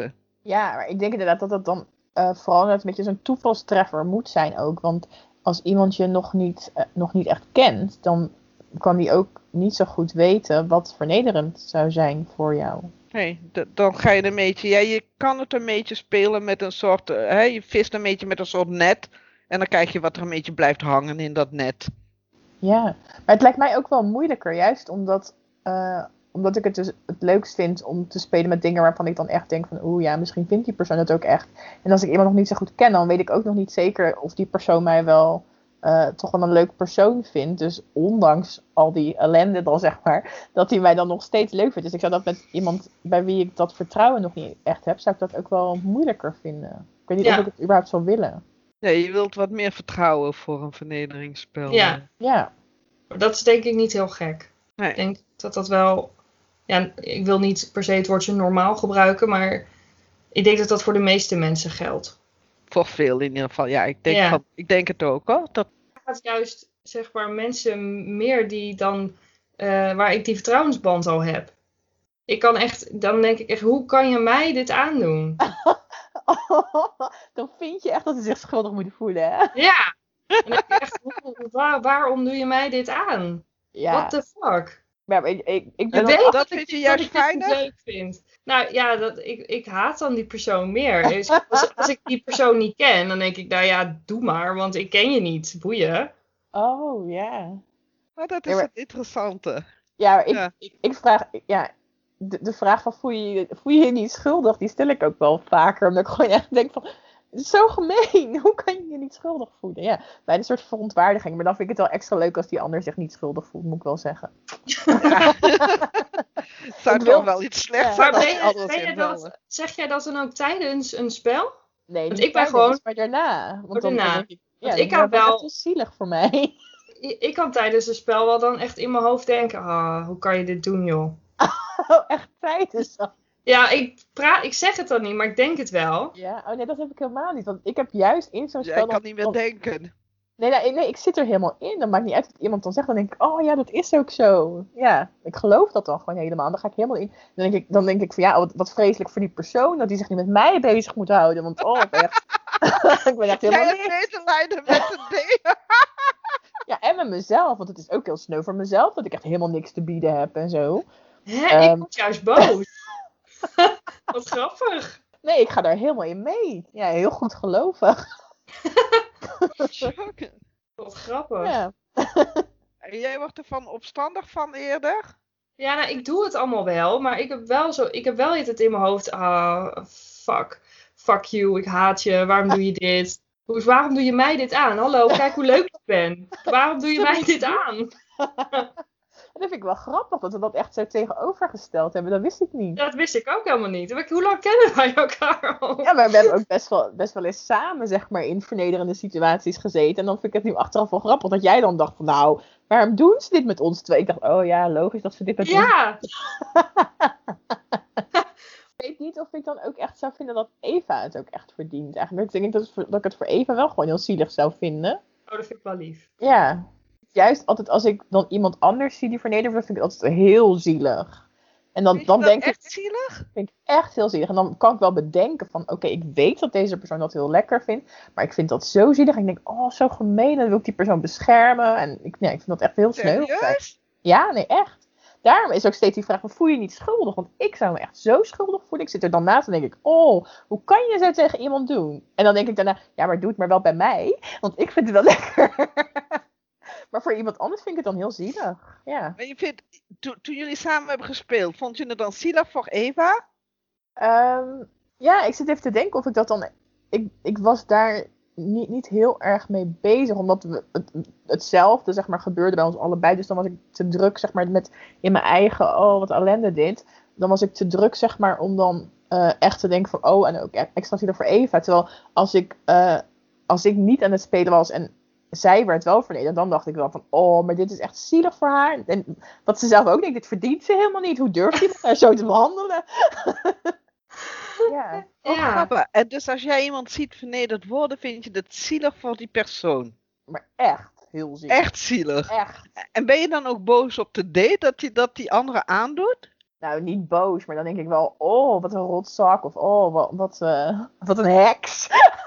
Ja, maar ik denk inderdaad dat dat dan eh, vooral net een beetje zo'n toevalstreffer moet zijn ook. Want als iemand je nog niet, eh, nog niet echt kent, dan kan die ook niet zo goed weten wat vernederend zou zijn voor jou. Nee, d- dan ga je een beetje, ja, je kan het een beetje spelen met een soort, eh, hè, je vist een beetje met een soort net. En dan kijk je wat er een beetje blijft hangen in dat net. Ja, maar het lijkt mij ook wel moeilijker, juist omdat, eh, omdat ik het dus het leukst vind om te spelen met dingen waarvan ik dan echt denk van oeh ja, misschien vindt die persoon het ook echt. En als ik iemand nog niet zo goed ken, dan weet ik ook nog niet zeker of die persoon mij wel eh, toch wel een leuk persoon vindt. Dus ondanks al die ellende dan zeg maar, dat hij mij dan nog steeds leuk vindt. Dus ik zou dat met iemand bij wie ik dat vertrouwen nog niet echt heb, zou ik dat ook wel moeilijker vinden. Ik weet niet Ja. of ik het überhaupt zou willen. Ja, je wilt wat meer vertrouwen voor een vernederingsspel. Ja. Ja, Dat is denk ik niet heel gek. Nee. Ik denk dat dat wel... Ja, ik wil niet per se het woordje normaal gebruiken, maar ik denk dat dat voor de meeste mensen geldt. Voor veel in ieder geval. Ja, ik denk, Ja. van, ik denk het ook hoor. Dat, Het gaat juist, zeg maar, mensen meer die dan... eh, waar ik die vertrouwensband al heb. Ik kan echt... Dan denk ik echt, hoe kan je mij dit aandoen? dan vind je echt dat ze zich schuldig moeten voelen, hè? Ja! En dan denk ik echt, hoe- waar, waarom doe je mij dit aan? Ja, What the fuck? maar ik, ik, ik Je ben weet dan- dat ik vind je dit- juist ik dit niet fijner? leuk vind. Nou ja, dat, ik, ik haat dan die persoon meer. Dus als, als ik die persoon niet ken, dan denk ik, nou ja, doe maar, want ik ken je niet. Boeien. Oh, ja. maar dat Ja, is maar- het interessante. Ja, maar ik, Ja. Ik, ik vraag... Ja, de, de vraag van voel je, je voel je je niet schuldig, die stel ik ook wel vaker. Omdat ik gewoon echt denk van... Het is zo gemeen. Hoe kan je je niet schuldig voelen? Ja, bij een soort verontwaardiging. Maar dan vind ik het wel extra leuk als die ander zich niet schuldig voelt, moet ik wel zeggen. Zou Ik het wil- dan wel iets slechts Ja. zijn Maar als ben die je, anders ben je invallen? dat, zeg jij dat dan ook tijdens een spel? Nee, Want niet ik ben tijdens, gewoon- maar daarna. Want Oh, dan, dan daarna. denk ik... Ja, Want dan ik had wordt het wel- echt heel zielig voor mij. Ik, ik kan tijdens een spel wel dan echt in mijn hoofd denken, ah, hoe kan je dit doen, joh? Oh, echt tijdens dat. Ja, ik, praat, ik zeg het dan niet, maar ik denk het wel. Ja, oh nee, dat heb ik helemaal niet. Want ik heb juist in zo'n spel... Jij dan- kan niet meer dan- denken. Nee, nee, nee, ik zit er helemaal in. Dan maakt niet uit wat iemand dan zegt. Dan denk ik, oh ja, dat is ook zo. Ja, ik geloof dat dan gewoon helemaal. Dan ga ik helemaal in. Dan denk ik, dan denk ik van ja, wat, wat vreselijk voor die persoon. Dat die zich niet met mij bezig moet houden. Want oh, ik ben echt, ik ben echt Jij helemaal hebt niks. medelijden met de dingen. Ja, en met mezelf. Want het is ook heel sneu voor mezelf. Dat ik echt helemaal niks te bieden heb en zo. Hè, Ehm. ik word juist boos. Wat grappig. Nee, ik ga daar helemaal in mee. Ja, heel goed gelovig. Schokken. Wat grappig. Ja. En jij wordt er van opstandig van eerder? Ja, nou, ik doe het allemaal wel, maar ik heb wel zo, ik heb wel het in mijn hoofd. Ah, fuck. Fuck you, ik haat je. Waarom doe je dit? Hoe- Waarom doe je mij dit aan? Hallo, kijk hoe leuk ik ben. Waarom doe je mij dit aan? En dat vind ik wel grappig dat we dat echt zo tegenovergesteld hebben. Dat wist ik niet. Dat wist ik ook helemaal niet. Maar Hoe lang kennen wij elkaar al? Ja, maar we hebben ook best wel, best wel eens samen, zeg maar, in vernederende situaties gezeten. En dan vind ik het nu achteraf wel grappig dat jij dan dacht van, nou, waarom doen ze dit met ons twee? Ik dacht, oh ja, logisch dat ze dit met ons doen. Ja, Ik weet niet of ik dan ook echt zou vinden dat Eva het ook echt verdient. Eigenlijk denk ik dat, het voor- dat ik het voor Eva wel gewoon heel zielig zou vinden. oh, dat vind ik wel lief. Ja, juist altijd als ik dan iemand anders zie die vernederd wordt, vind ik het altijd heel zielig. En dan, Vind je dan dat denk echt ik, zielig? vind ik echt heel zielig. En dan kan ik wel bedenken van, oké, ik weet dat deze persoon dat heel lekker vindt. Maar ik vind dat zo zielig. En ik denk, oh, zo gemeen. Dan wil ik die persoon beschermen. En ik, nee, ik vind dat echt heel sneu. Serieus? Ja, nee, echt. Daarom is ook steeds die vraag, van, voel je je niet schuldig? Want ik zou me echt zo schuldig voelen. Ik zit er dan naast en denk ik, oh, hoe kan je zo tegen iemand doen? En dan denk ik daarna, ja, maar doe het maar wel bij mij. Want ik vind het wel lekker. Maar voor iemand anders vind ik het dan heel zielig. Ja. Maar je vindt, to- toen jullie samen hebben gespeeld, vond je het dan zielig voor Eva? Ehm, ja, ik zit even te denken of ik dat dan... Ik, ik was daar niet, niet heel erg mee bezig, omdat we het, hetzelfde, zeg maar, gebeurde bij ons allebei. Dus dan was ik te druk, zeg maar, met in mijn eigen, oh, wat ellende dit. Dan was ik te druk, zeg maar, om dan eh, echt te denken van, oh, en ook extra zielig voor Eva. Terwijl als ik, eh, als ik niet aan het spelen was en zij werd wel vernederd, dan dacht ik wel van, oh, maar dit is echt zielig voor haar. En wat ze zelf ook denkt, dit verdient ze helemaal niet. Hoe durft iemand haar zo te behandelen? Ja. Oh, Ja. grappig. En dus als jij iemand ziet vernederd worden, vind je het zielig voor die persoon? Maar echt heel zielig. Echt zielig. Echt. En ben je dan ook boos op de date dat je dat die andere aandoet? Nou, niet boos, maar dan denk ik wel, oh, wat een rotzak. Of oh, wat, wat, eh, wat een heks.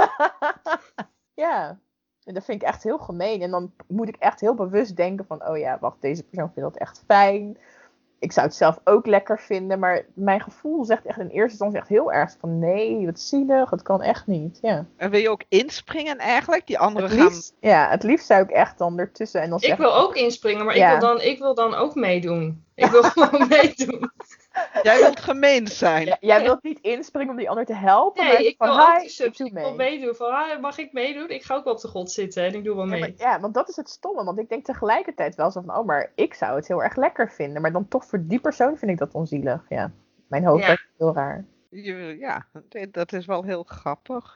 Ja, en dat vind ik echt heel gemeen. En dan moet ik echt heel bewust denken van, oh ja, wacht, deze persoon vindt dat echt fijn. Ik zou het zelf ook lekker vinden, maar mijn gevoel zegt echt in eerste instantie echt heel erg van, nee, wat zielig, het kan echt niet. Ja. En wil je ook inspringen eigenlijk? Die anderen Het gaan... liefst, ja, het liefst zou ik echt dan ertussen en dan Ik zeggen... wil ook inspringen, maar Ja. ik, wil dan, ik wil dan ook meedoen. Ik wil gewoon meedoen. Jij wilt gemeen zijn. Ja, jij wilt niet inspringen om die ander te helpen, maar Nee, ik van, wil ook hi, die subs. ik Ik doe wil mee. meedoen. Van, ah, mag ik meedoen? Ik ga ook wel op de grond zitten en ik doe wel Ja, mee. maar, ja, want dat is het stomme. Want ik denk tegelijkertijd wel zo van, oh, maar ik zou het heel erg lekker vinden. Maar dan toch voor die persoon vind ik dat onzielig. Ja, mijn hoofd Ja. werkt heel raar. Je- Ja, dat is wel heel grappig.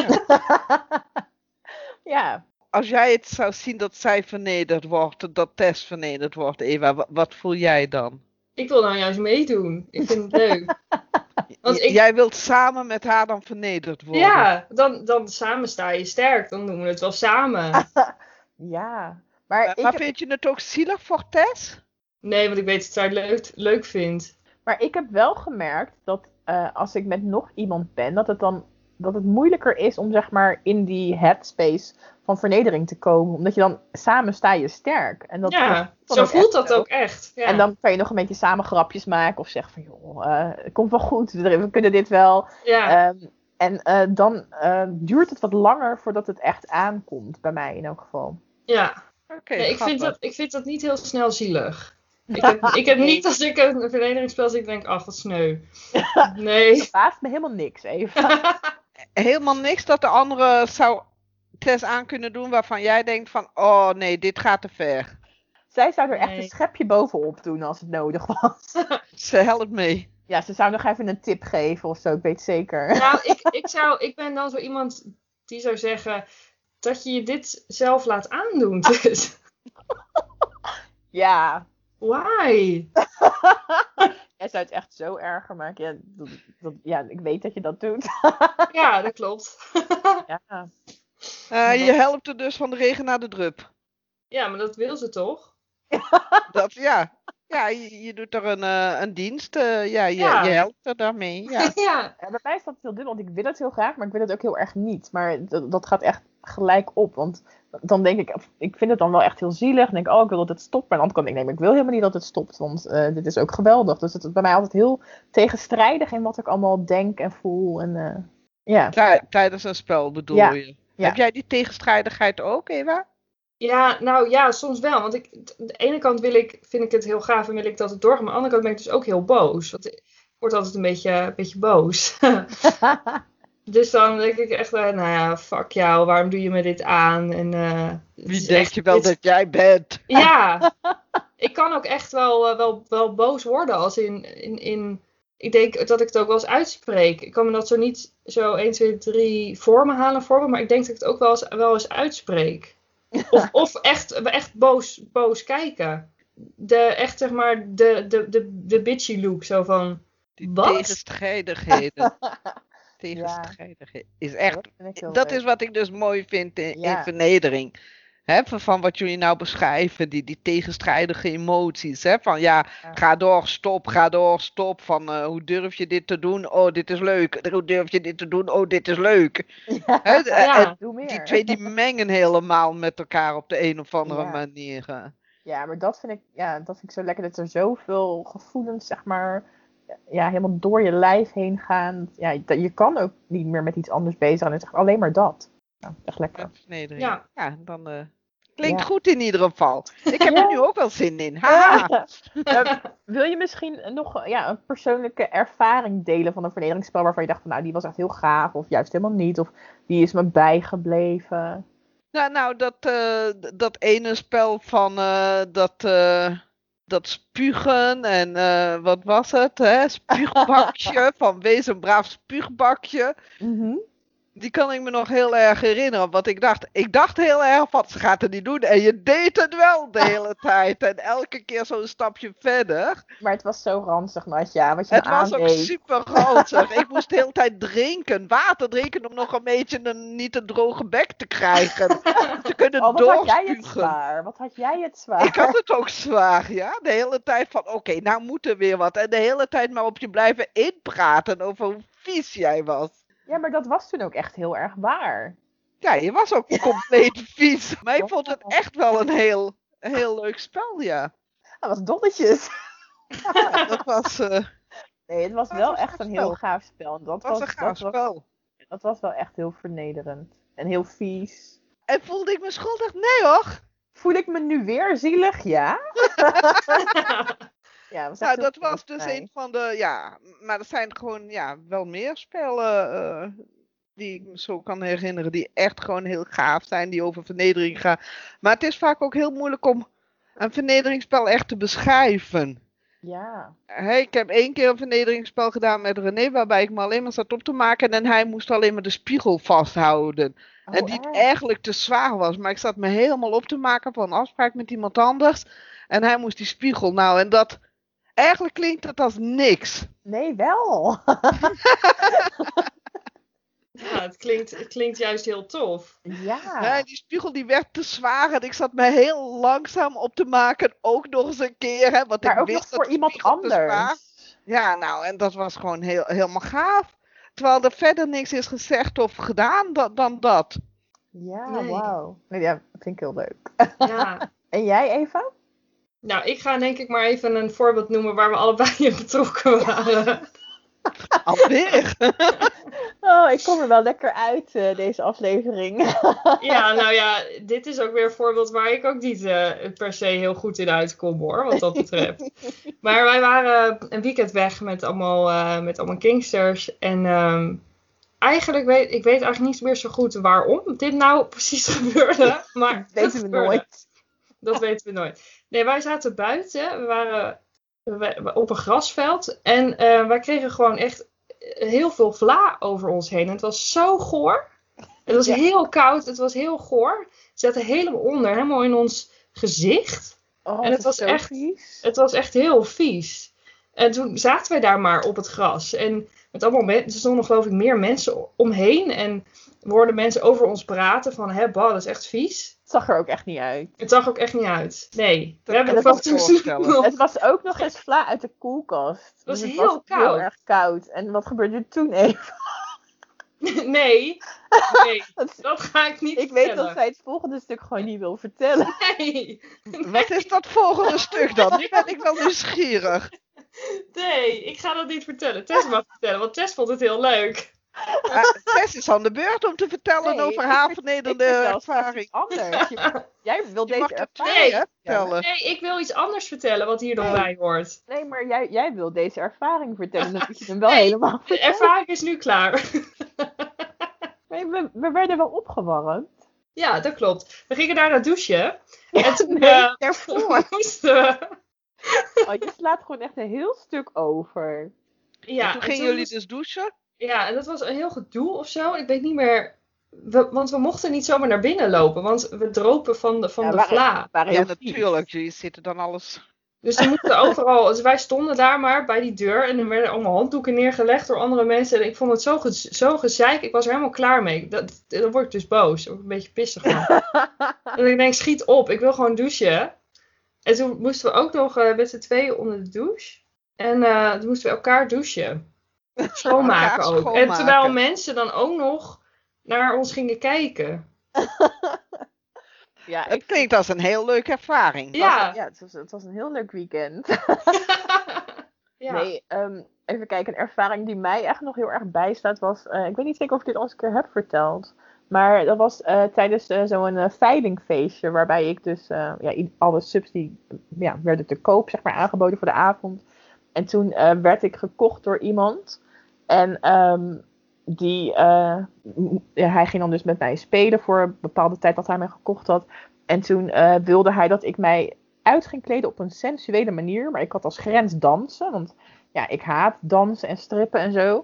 Ja, Als jij het zou zien dat zij vernederd wordt, dat Tess vernederd wordt, Eva, wa- wat voel jij dan? Ik wil nou juist meedoen. Ik vind het leuk. Want J- ik, Jij wilt samen met haar dan vernederd worden. ja, dan, dan samen sta je sterk. Dan doen we het wel samen. ja. Maar, Maar, ik maar heb, vind je het ook zielig voor Tess? Nee, want ik weet dat zij het leuk, leuk vindt. maar ik heb wel gemerkt dat eh, als ik met nog iemand ben, dat het dan dat het moeilijker is om zeg maar in die headspace van vernedering te komen. Omdat je dan samen sta je sterk. En dat, Ja, dat zo ook voelt echt dat zo. ook echt. Ja. En dan kan je nog een beetje samen grapjes maken of zeggen van joh, eh, het komt wel goed, we kunnen dit wel. ja. Ehm, en eh, dan eh, duurt het wat langer voordat het echt aankomt, bij mij in elk geval. ja. Oké, Nee, ik, vind grappig. dat, ik vind dat niet heel snel zielig. Ik heb, ik heb niet als ik een vernederingsspel zie, ik denk, ach, wat sneu. Nee. Verbaast me helemaal niks, even. Helemaal niks dat de andere zou Tess aan kunnen doen waarvan jij denkt van, oh nee, dit gaat te ver. Zij zou er echt Nee. een schepje bovenop doen als het nodig was. Ze helpt mee. Ja, ze zou nog even een tip geven of zo, ik weet zeker. Nou, ik, ik, zou, ik ben dan zo iemand die zou zeggen dat je je dit zelf laat aandoen. Dus, Ja. why? Jij zou het echt zo erger maken. Ja, dat, dat, ja, ik weet dat je dat doet. Ja, dat klopt. Ja. Eh, je helpt er dus van de regen naar de drup. Ja, maar dat wil ze toch? Dat, ja. Ja, je, je doet er een, eh, een dienst. eh, ja, je, Ja. je helpt er daarmee. Ja. Ja. Ja, bij mij is dat heel dubbel, want ik wil het heel graag, maar ik wil het ook heel erg niet. Maar dat, dat gaat echt gelijk op, want dan denk ik, ik vind het dan wel echt heel zielig. Dan denk ik, oh, ik wil dat het stopt. Maar aan de andere kant denk ik, nee, maar ik wil helemaal niet dat het stopt, want eh, dit is ook geweldig. Dus het is bij mij altijd heel tegenstrijdig in wat ik allemaal denk en voel. En, eh, ja. Tij- Tijdens een spel bedoel Ja. je. Ja. Heb jij die tegenstrijdigheid ook, Eva? Ja, nou ja, soms wel. Want ik, aan de ene kant wil ik, vind ik het heel gaaf en wil ik dat het doorgaat. Maar aan de andere kant ben ik dus ook heel boos. Want ik word altijd een beetje, een beetje boos. Dus dan denk ik echt, eh, nou ja, fuck jou, waarom doe je me dit aan? En, eh, het Wie is denk echt- je wel dit- dat jij bent? Ja, ik kan ook echt wel, eh, wel, wel boos worden als in, in, in... Ik denk dat ik het ook wel eens uitspreek. Ik kan me dat zo niet zo één, twee, drie voor me halen voor me, maar ik denk dat ik het ook wel eens, wel eens uitspreek. Of, of echt, echt boos, boos kijken. De, echt zeg maar, de, de, de, de bitchy look, zo van... Die Wat? tegenstrijdigheden. Tegenstrijdigheden. Is echt, Dat vind ik heel dat leuk. is wat ik dus mooi vind in, Ja. in vernedering. Hè, van, van wat jullie nou beschrijven, die, die tegenstrijdige emoties. Hè? Van ja, Ja. ga door, stop, ga door, stop. Van eh, hoe durf je dit te doen? Oh, dit is leuk. Hoe durf je dit te doen? Oh, dit is leuk. Ja. Hè, de- Ja. en Doe meer. die twee die mengen helemaal met elkaar op de een of andere Ja. manier. eh. Ja, maar dat vind ik, ja, dat vind ik zo lekker dat er zoveel gevoelens, zeg maar, ja, helemaal door je lijf heen gaan. Ja, je, je kan ook niet meer met iets anders bezig zijn. Het is echt alleen maar dat. Ja, echt lekker. Met vernedering. Ja. Ja, dan eh, klinkt Ja. goed in ieder geval. Ik heb Ja. er nu ook wel zin in. Haha. Eh, wil je misschien nog ja, een persoonlijke ervaring delen van een vernederingsspel waarvan je dacht van nou, die was echt heel gaaf of juist helemaal niet of die is me bijgebleven? Nou, nou dat, eh, d- dat ene spel van eh, dat, eh, dat spugen en eh, wat was het? Hè? Spuugbakje. Van wees een braaf spuugbakje. Mhm. Die kan ik me nog heel erg herinneren. Want ik dacht, ik dacht heel erg van, ze gaat het niet doen. En je deed het wel de hele tijd. En elke keer zo'n stapje verder. Maar het was zo ranzig, Natja, wat je Het me was ook aandeed. super ranzig. Ik moest de hele tijd drinken. Water drinken om nog een beetje een niet een droge bek te krijgen. Te kunnen Oh, wat had jij het doorspugen. zwaar? Wat had jij het zwaar? Ik had het ook zwaar, ja. De hele tijd van, oké, nou moet er weer wat. En de hele tijd maar op je blijven inpraten over hoe vies jij was. Ja, maar dat was toen ook echt heel erg waar. Ja, je was ook compleet vies. Maar ik vond het echt wel een heel, een heel leuk spel, ja. Dat was donnetjes. Ja, dat was, eh, Nee, het was Dat wel was een echt een spel. heel gaaf spel. Dat dat was een gaaf dat was, spel. dat was wel echt heel vernederend. En heel vies. En voelde ik me schuldig? Nee hoor. Voel ik me nu weer zielig? Ja. Ja, was echt Nou, heel dat was zielig dus voor mij. een van de, ja, maar er zijn gewoon, ja, wel meer spellen eh, die ik me zo kan herinneren, die echt gewoon heel gaaf zijn, die over vernedering gaan. Maar het is vaak ook heel moeilijk om een vernederingsspel echt te beschrijven. Ja. Hey, ik heb één keer een vernederingsspel gedaan met René, waarbij ik me alleen maar zat op te maken en hij moest alleen maar de spiegel vasthouden. Oh, en die echt? eigenlijk te zwaar was, maar ik zat me helemaal op te maken voor een afspraak met iemand anders. En hij moest die spiegel nou, en dat, eigenlijk klinkt het als niks. Nee, wel. Ja, het klinkt, het klinkt juist heel tof. Ja. Ja, die spiegel die werd te zwaar en ik zat me heel langzaam op te maken, ook nog eens een keer. Hè, want Maar ik ook wist nog dat voor de iemand spiegel te zwaar- anders. Ja, nou, en dat was gewoon heel, helemaal gaaf. Terwijl er verder niks is gezegd of gedaan da- dan dat. Ja, Nee. wauw. Nee, ja, dat vind ik heel leuk. Ja. En jij, Eva? Nou, ik ga denk ik maar even een voorbeeld noemen waar we allebei in betrokken waren. Alweer. Oh, ik kom er wel lekker uit, eh, deze aflevering. Ja, nou ja, dit is ook weer een voorbeeld waar ik ook niet eh, per se heel goed in uitkom hoor, wat dat betreft. Maar wij waren een weekend weg met allemaal, eh, met allemaal Kingsters. En ehm, eigenlijk weet ik weet eigenlijk niet meer zo goed waarom dit nou precies gebeurde. Maar Dat het weten we gebeurde. nooit. Dat weten we nooit. Nee, wij zaten buiten. We waren we- op een grasveld. En eh, wij kregen gewoon echt heel veel vla over ons heen. En het was zo goor. Het was Ja. heel koud. Het was heel goor. Het zat er helemaal onder. Helemaal in ons gezicht. Oh, En het het is was zo echt- vies. Het was echt heel vies. En toen zaten wij daar maar op het gras. En met allemaal mensen, er stonden geloof ik meer mensen omheen. En we hoorden mensen over ons praten van, hè, bah, dat is echt vies. Het zag er ook echt niet uit. Het zag ook echt niet uit. Nee. We Dat hebben kan het ik van me toen voorstellen. nog. Het was ook nog eens vla uit de koelkast. was Dus het heel was koud. heel erg koud. En wat gebeurde er toen even? Nee. Nee. Dat- Dat ga ik niet Ik weet dat vertellen. zij het volgende stuk gewoon niet wil vertellen. Nee. Wat is dat volgende stuk dan? Nu ben ik wel nieuwsgierig. Nee, ik ga dat niet vertellen. Tess mag vertellen, want Tess vond het heel leuk. Ah, Tess is aan de beurt om te vertellen Nee, over ik haar ver- vernederende Ik vertel straks ervaring. iets anders. Je- jij wil Je deze mag er ervaring twee hè, vertellen. vertellen. Nee, ik wil iets anders vertellen wat hier nog bij hoort. Nee, maar jij, jij wil deze ervaring vertellen. Dan moet je hem wel Nee, helemaal De vertellen. ervaring is nu klaar. Nee, we, we werden wel opgewarmd. Ja, dat klopt. We gingen daar naar douchen. En toen Nee, eh, daarvoor. moesten we... Oh, je slaat gewoon echt een heel stuk over. Ja, En toen en gingen jullie moest- dus douchen? Ja, en dat was een heel gedoe of zo. Ik weet niet meer... We, want we mochten niet zomaar naar binnen lopen, want we dropen van de, van Ja, de waren- vla. waren Ja, heel vies. natuurlijk. Jullie zitten dan alles... Dus we moesten overal... Dus wij stonden daar maar bij die deur en er werden allemaal handdoeken neergelegd door andere mensen. En ik vond het zo, ge, zo gezeik. Ik was er helemaal klaar mee. Dat, dan word ik dus boos. Daar word ik een beetje pissig van. En ik denk, schiet op. Ik wil gewoon douchen. En toen moesten we ook nog eh, met z'n tweeën onder de douche. En eh, toen moesten we elkaar douchen. Schoonmaken Elkaar ook. En schoonmaken. terwijl mensen dan ook nog naar ons gingen kijken. Ja, ik Het klinkt als een heel leuke ervaring. Ja. Ja, het was, het was een heel leuk weekend. Ja. Nee, ehm, even kijken. Een ervaring die mij echt nog heel erg bijstaat was... eh, ik weet niet zeker of ik dit al eens een keer heb verteld. Maar dat was eh, tijdens eh, zo'n eh, veilingfeestje. Waarbij ik dus... eh, ja, i- alle subs die ja, werden te koop, zeg maar, aangeboden voor de avond. En toen eh, werd ik gekocht door iemand. En ehm, die... eh, m- ja, hij ging dan dus met mij spelen voor een bepaalde tijd dat hij mij gekocht had. En toen eh, wilde hij dat ik mij uit ging kleden op een sensuele manier. Maar ik had als grens dansen. Want ja, ik haat dansen en strippen en zo.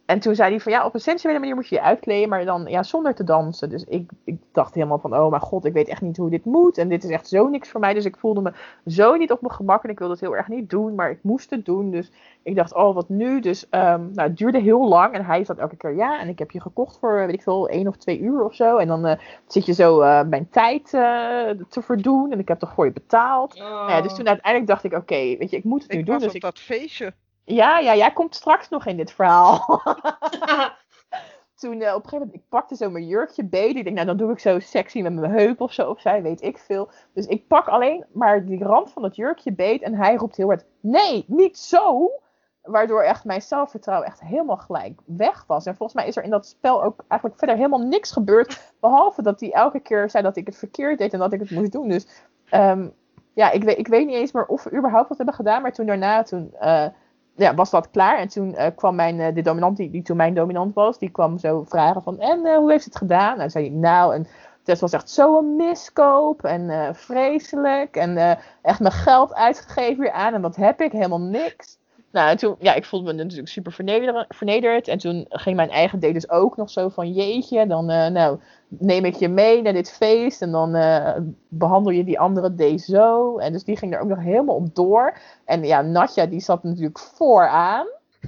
En toen zei hij van ja, op een sensuele manier moet je je uitkleden, maar dan ja, zonder te dansen. Dus ik, ik dacht helemaal van, oh mijn god, ik weet echt niet hoe dit moet. En dit is echt zo niks voor mij. Dus ik voelde me zo niet op mijn gemak en ik wilde het heel erg niet doen, maar ik moest het doen. Dus ik dacht, oh wat nu? Dus um, nou, het duurde heel lang en hij zat elke keer ja. En ik heb je gekocht voor, weet ik veel, één of twee uur of zo. En dan uh, zit je zo uh, mijn tijd uh, te verdoen en ik heb toch voor je betaald. Oh. Nou ja, dus toen uiteindelijk dacht ik, oké, okay, weet je, ik moet het nu Ik doen. was Dus op ik... dat feestje. Ja, ja, jij komt straks nog in dit verhaal. Toen uh, op een gegeven moment, ik pakte zo mijn jurkje beet. Ik denk, nou dan doe ik zo sexy met mijn heup of zo opzij, weet ik veel. Dus ik pak alleen maar die rand van dat jurkje beet. En hij roept heel hard, nee, niet zo. Waardoor echt mijn zelfvertrouwen echt helemaal gelijk weg was. En volgens mij is er in dat spel ook eigenlijk verder helemaal niks gebeurd. Behalve dat hij elke keer zei dat ik het verkeerd deed en dat ik het moest doen. Dus um, ja, ik weet, ik weet niet eens meer of we überhaupt wat hebben gedaan. Maar toen daarna, toen... Uh, Ja, was dat klaar. En toen uh, kwam mijn, uh, de dominant, die, die toen mijn dominant was, die kwam zo vragen van, en uh, hoe heeft het gedaan? Nou, zei hij, nou, en het was echt zo'n miskoop en uh, vreselijk. En uh, echt mijn geld uitgegeven weer aan en wat heb ik? Helemaal niks. Nou, en toen, ja, ik voelde me natuurlijk super verneder, vernederd. En toen ging mijn eigen date dus ook nog zo van, jeetje, dan uh, nou, neem ik je mee naar dit feest. En dan uh, behandel je die andere date zo. En dus die ging er ook nog helemaal op door. En ja, Natja, die zat natuurlijk vooraan.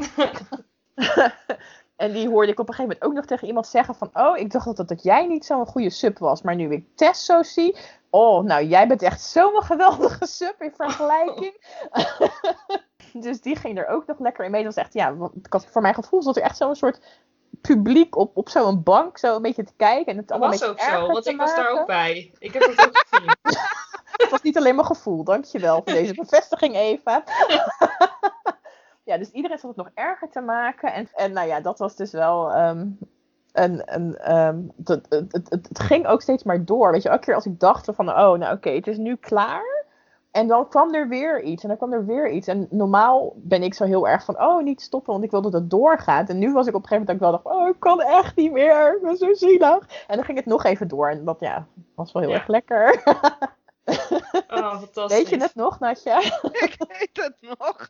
En die hoorde ik op een gegeven moment ook nog tegen iemand zeggen van, oh, ik dacht dat, dat jij niet zo'n goede sub was. Maar nu ik Tess zo zie, oh, nou, jij bent echt zo'n geweldige sub in vergelijking. Dus die ging er ook nog lekker in mee. Dat was echt, ja, ik had voor mijn gevoel zat er echt zo'n soort publiek op, op zo'n bank zo een beetje te kijken. En het Dat allemaal was een beetje ook zo, erger want te ik was daar maken. ook bij. Ik heb dat ook gezien. Het was niet alleen mijn gevoel, dankjewel voor deze bevestiging, Eva. Ja, dus iedereen zat het nog erger te maken. En, en nou ja, dat was dus wel... Um, een, een, um, het, het, het, het ging ook steeds maar door. Weet je, elke keer als ik dacht van, oh, nou oké, okay, het is nu klaar. En dan kwam er weer iets. En dan kwam er weer iets. En normaal ben ik zo heel erg van, oh, niet stoppen, want ik wil dat het doorgaat. En nu was ik op een gegeven moment dat ik wel dacht, oh, ik kan echt niet meer. Ik ben zo zielig. En dan ging het nog even door. En dat, ja, was wel heel Ja. erg lekker. Oh, fantastisch. Weet je het nog, Natja? Ik weet het nog.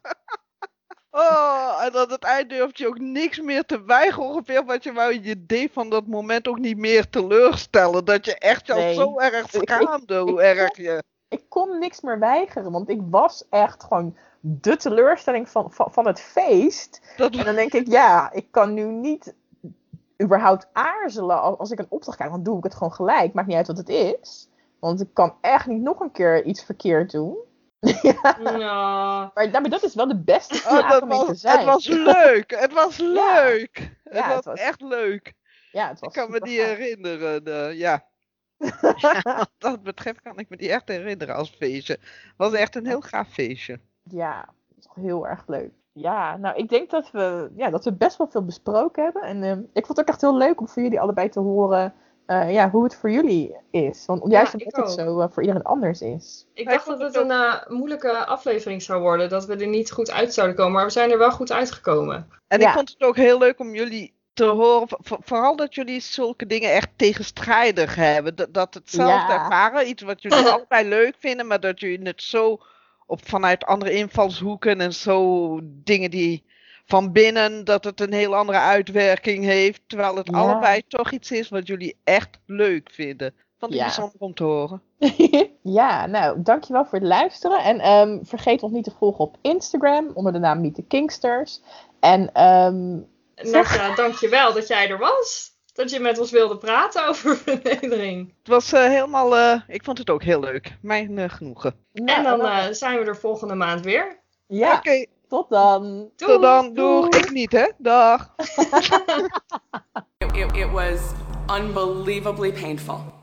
Oh, en aan het eind durft je ook niks meer te weigeren ongeveer wat je wou. Je deed van dat moment ook niet meer teleurstellen. Dat je echt je al Nee. zo erg Ik- ik- schaamde hoe ik- erg je... Ik kon niks meer weigeren, want ik was echt gewoon de teleurstelling van, van, van het feest. Dat En dan denk ik, ja, ik kan nu niet überhaupt aarzelen als, als ik een opdracht krijg. Dan doe ik het gewoon gelijk, maakt niet uit wat het is. Want ik kan echt niet nog een keer iets verkeerd doen. Ja, Nou, maar, nou, maar dat is wel de beste Oh, staat dat om in te was, zijn. het was leuk. Het was leuk. Het Ja, was, het was- echt leuk. Ja, het Ik was kan me die supergaaf. herinneren. eh, ja. Ja, wat dat betreft kan ik me die echt herinneren als feestje. Het was echt een heel gaaf feestje. Ja, het was heel erg leuk. Ja, nou, ik denk dat we, ja, dat we best wel veel besproken hebben. En ehm, ik vond het ook echt heel leuk om voor jullie allebei te horen uh, ja, hoe het voor jullie is. Want juist ik omdat het ook. zo uh, voor iedereen anders is. ik Maar dacht ik dat vond het het een uh, moeilijke aflevering zou worden. Dat we er niet goed uit zouden komen. Maar we zijn er wel goed uitgekomen. En Ja. ik vond het ook heel leuk om jullie te horen. vo- Vooral dat jullie zulke dingen echt tegenstrijdig hebben. Dat, dat hetzelfde Ja. ervaren. Iets wat jullie allebei leuk vinden. Maar dat jullie het zo op, vanuit andere invalshoeken. En zo dingen die van binnen. Dat het een heel andere uitwerking heeft. Terwijl het Ja. allebei toch iets is wat jullie echt leuk vinden. Vond ik Ja. bijzonder om te horen. Ja, nou, dankjewel voor het luisteren. En ehm, vergeet ons niet te volgen op Instagram onder de naam Meet the Kingsters. En ehm, Natja, dankjewel dat jij er was. Dat je met ons wilde praten over vernedering. Het was eh, helemaal... eh, ik vond het ook heel leuk. Mijn eh, genoegen. nou, En dan uh, zijn we er volgende maand weer. ja, Oké, tot dan. Doei! tot dan. Doeg. Ik niet, hè. Dag. It, it, it was unbelievably painful.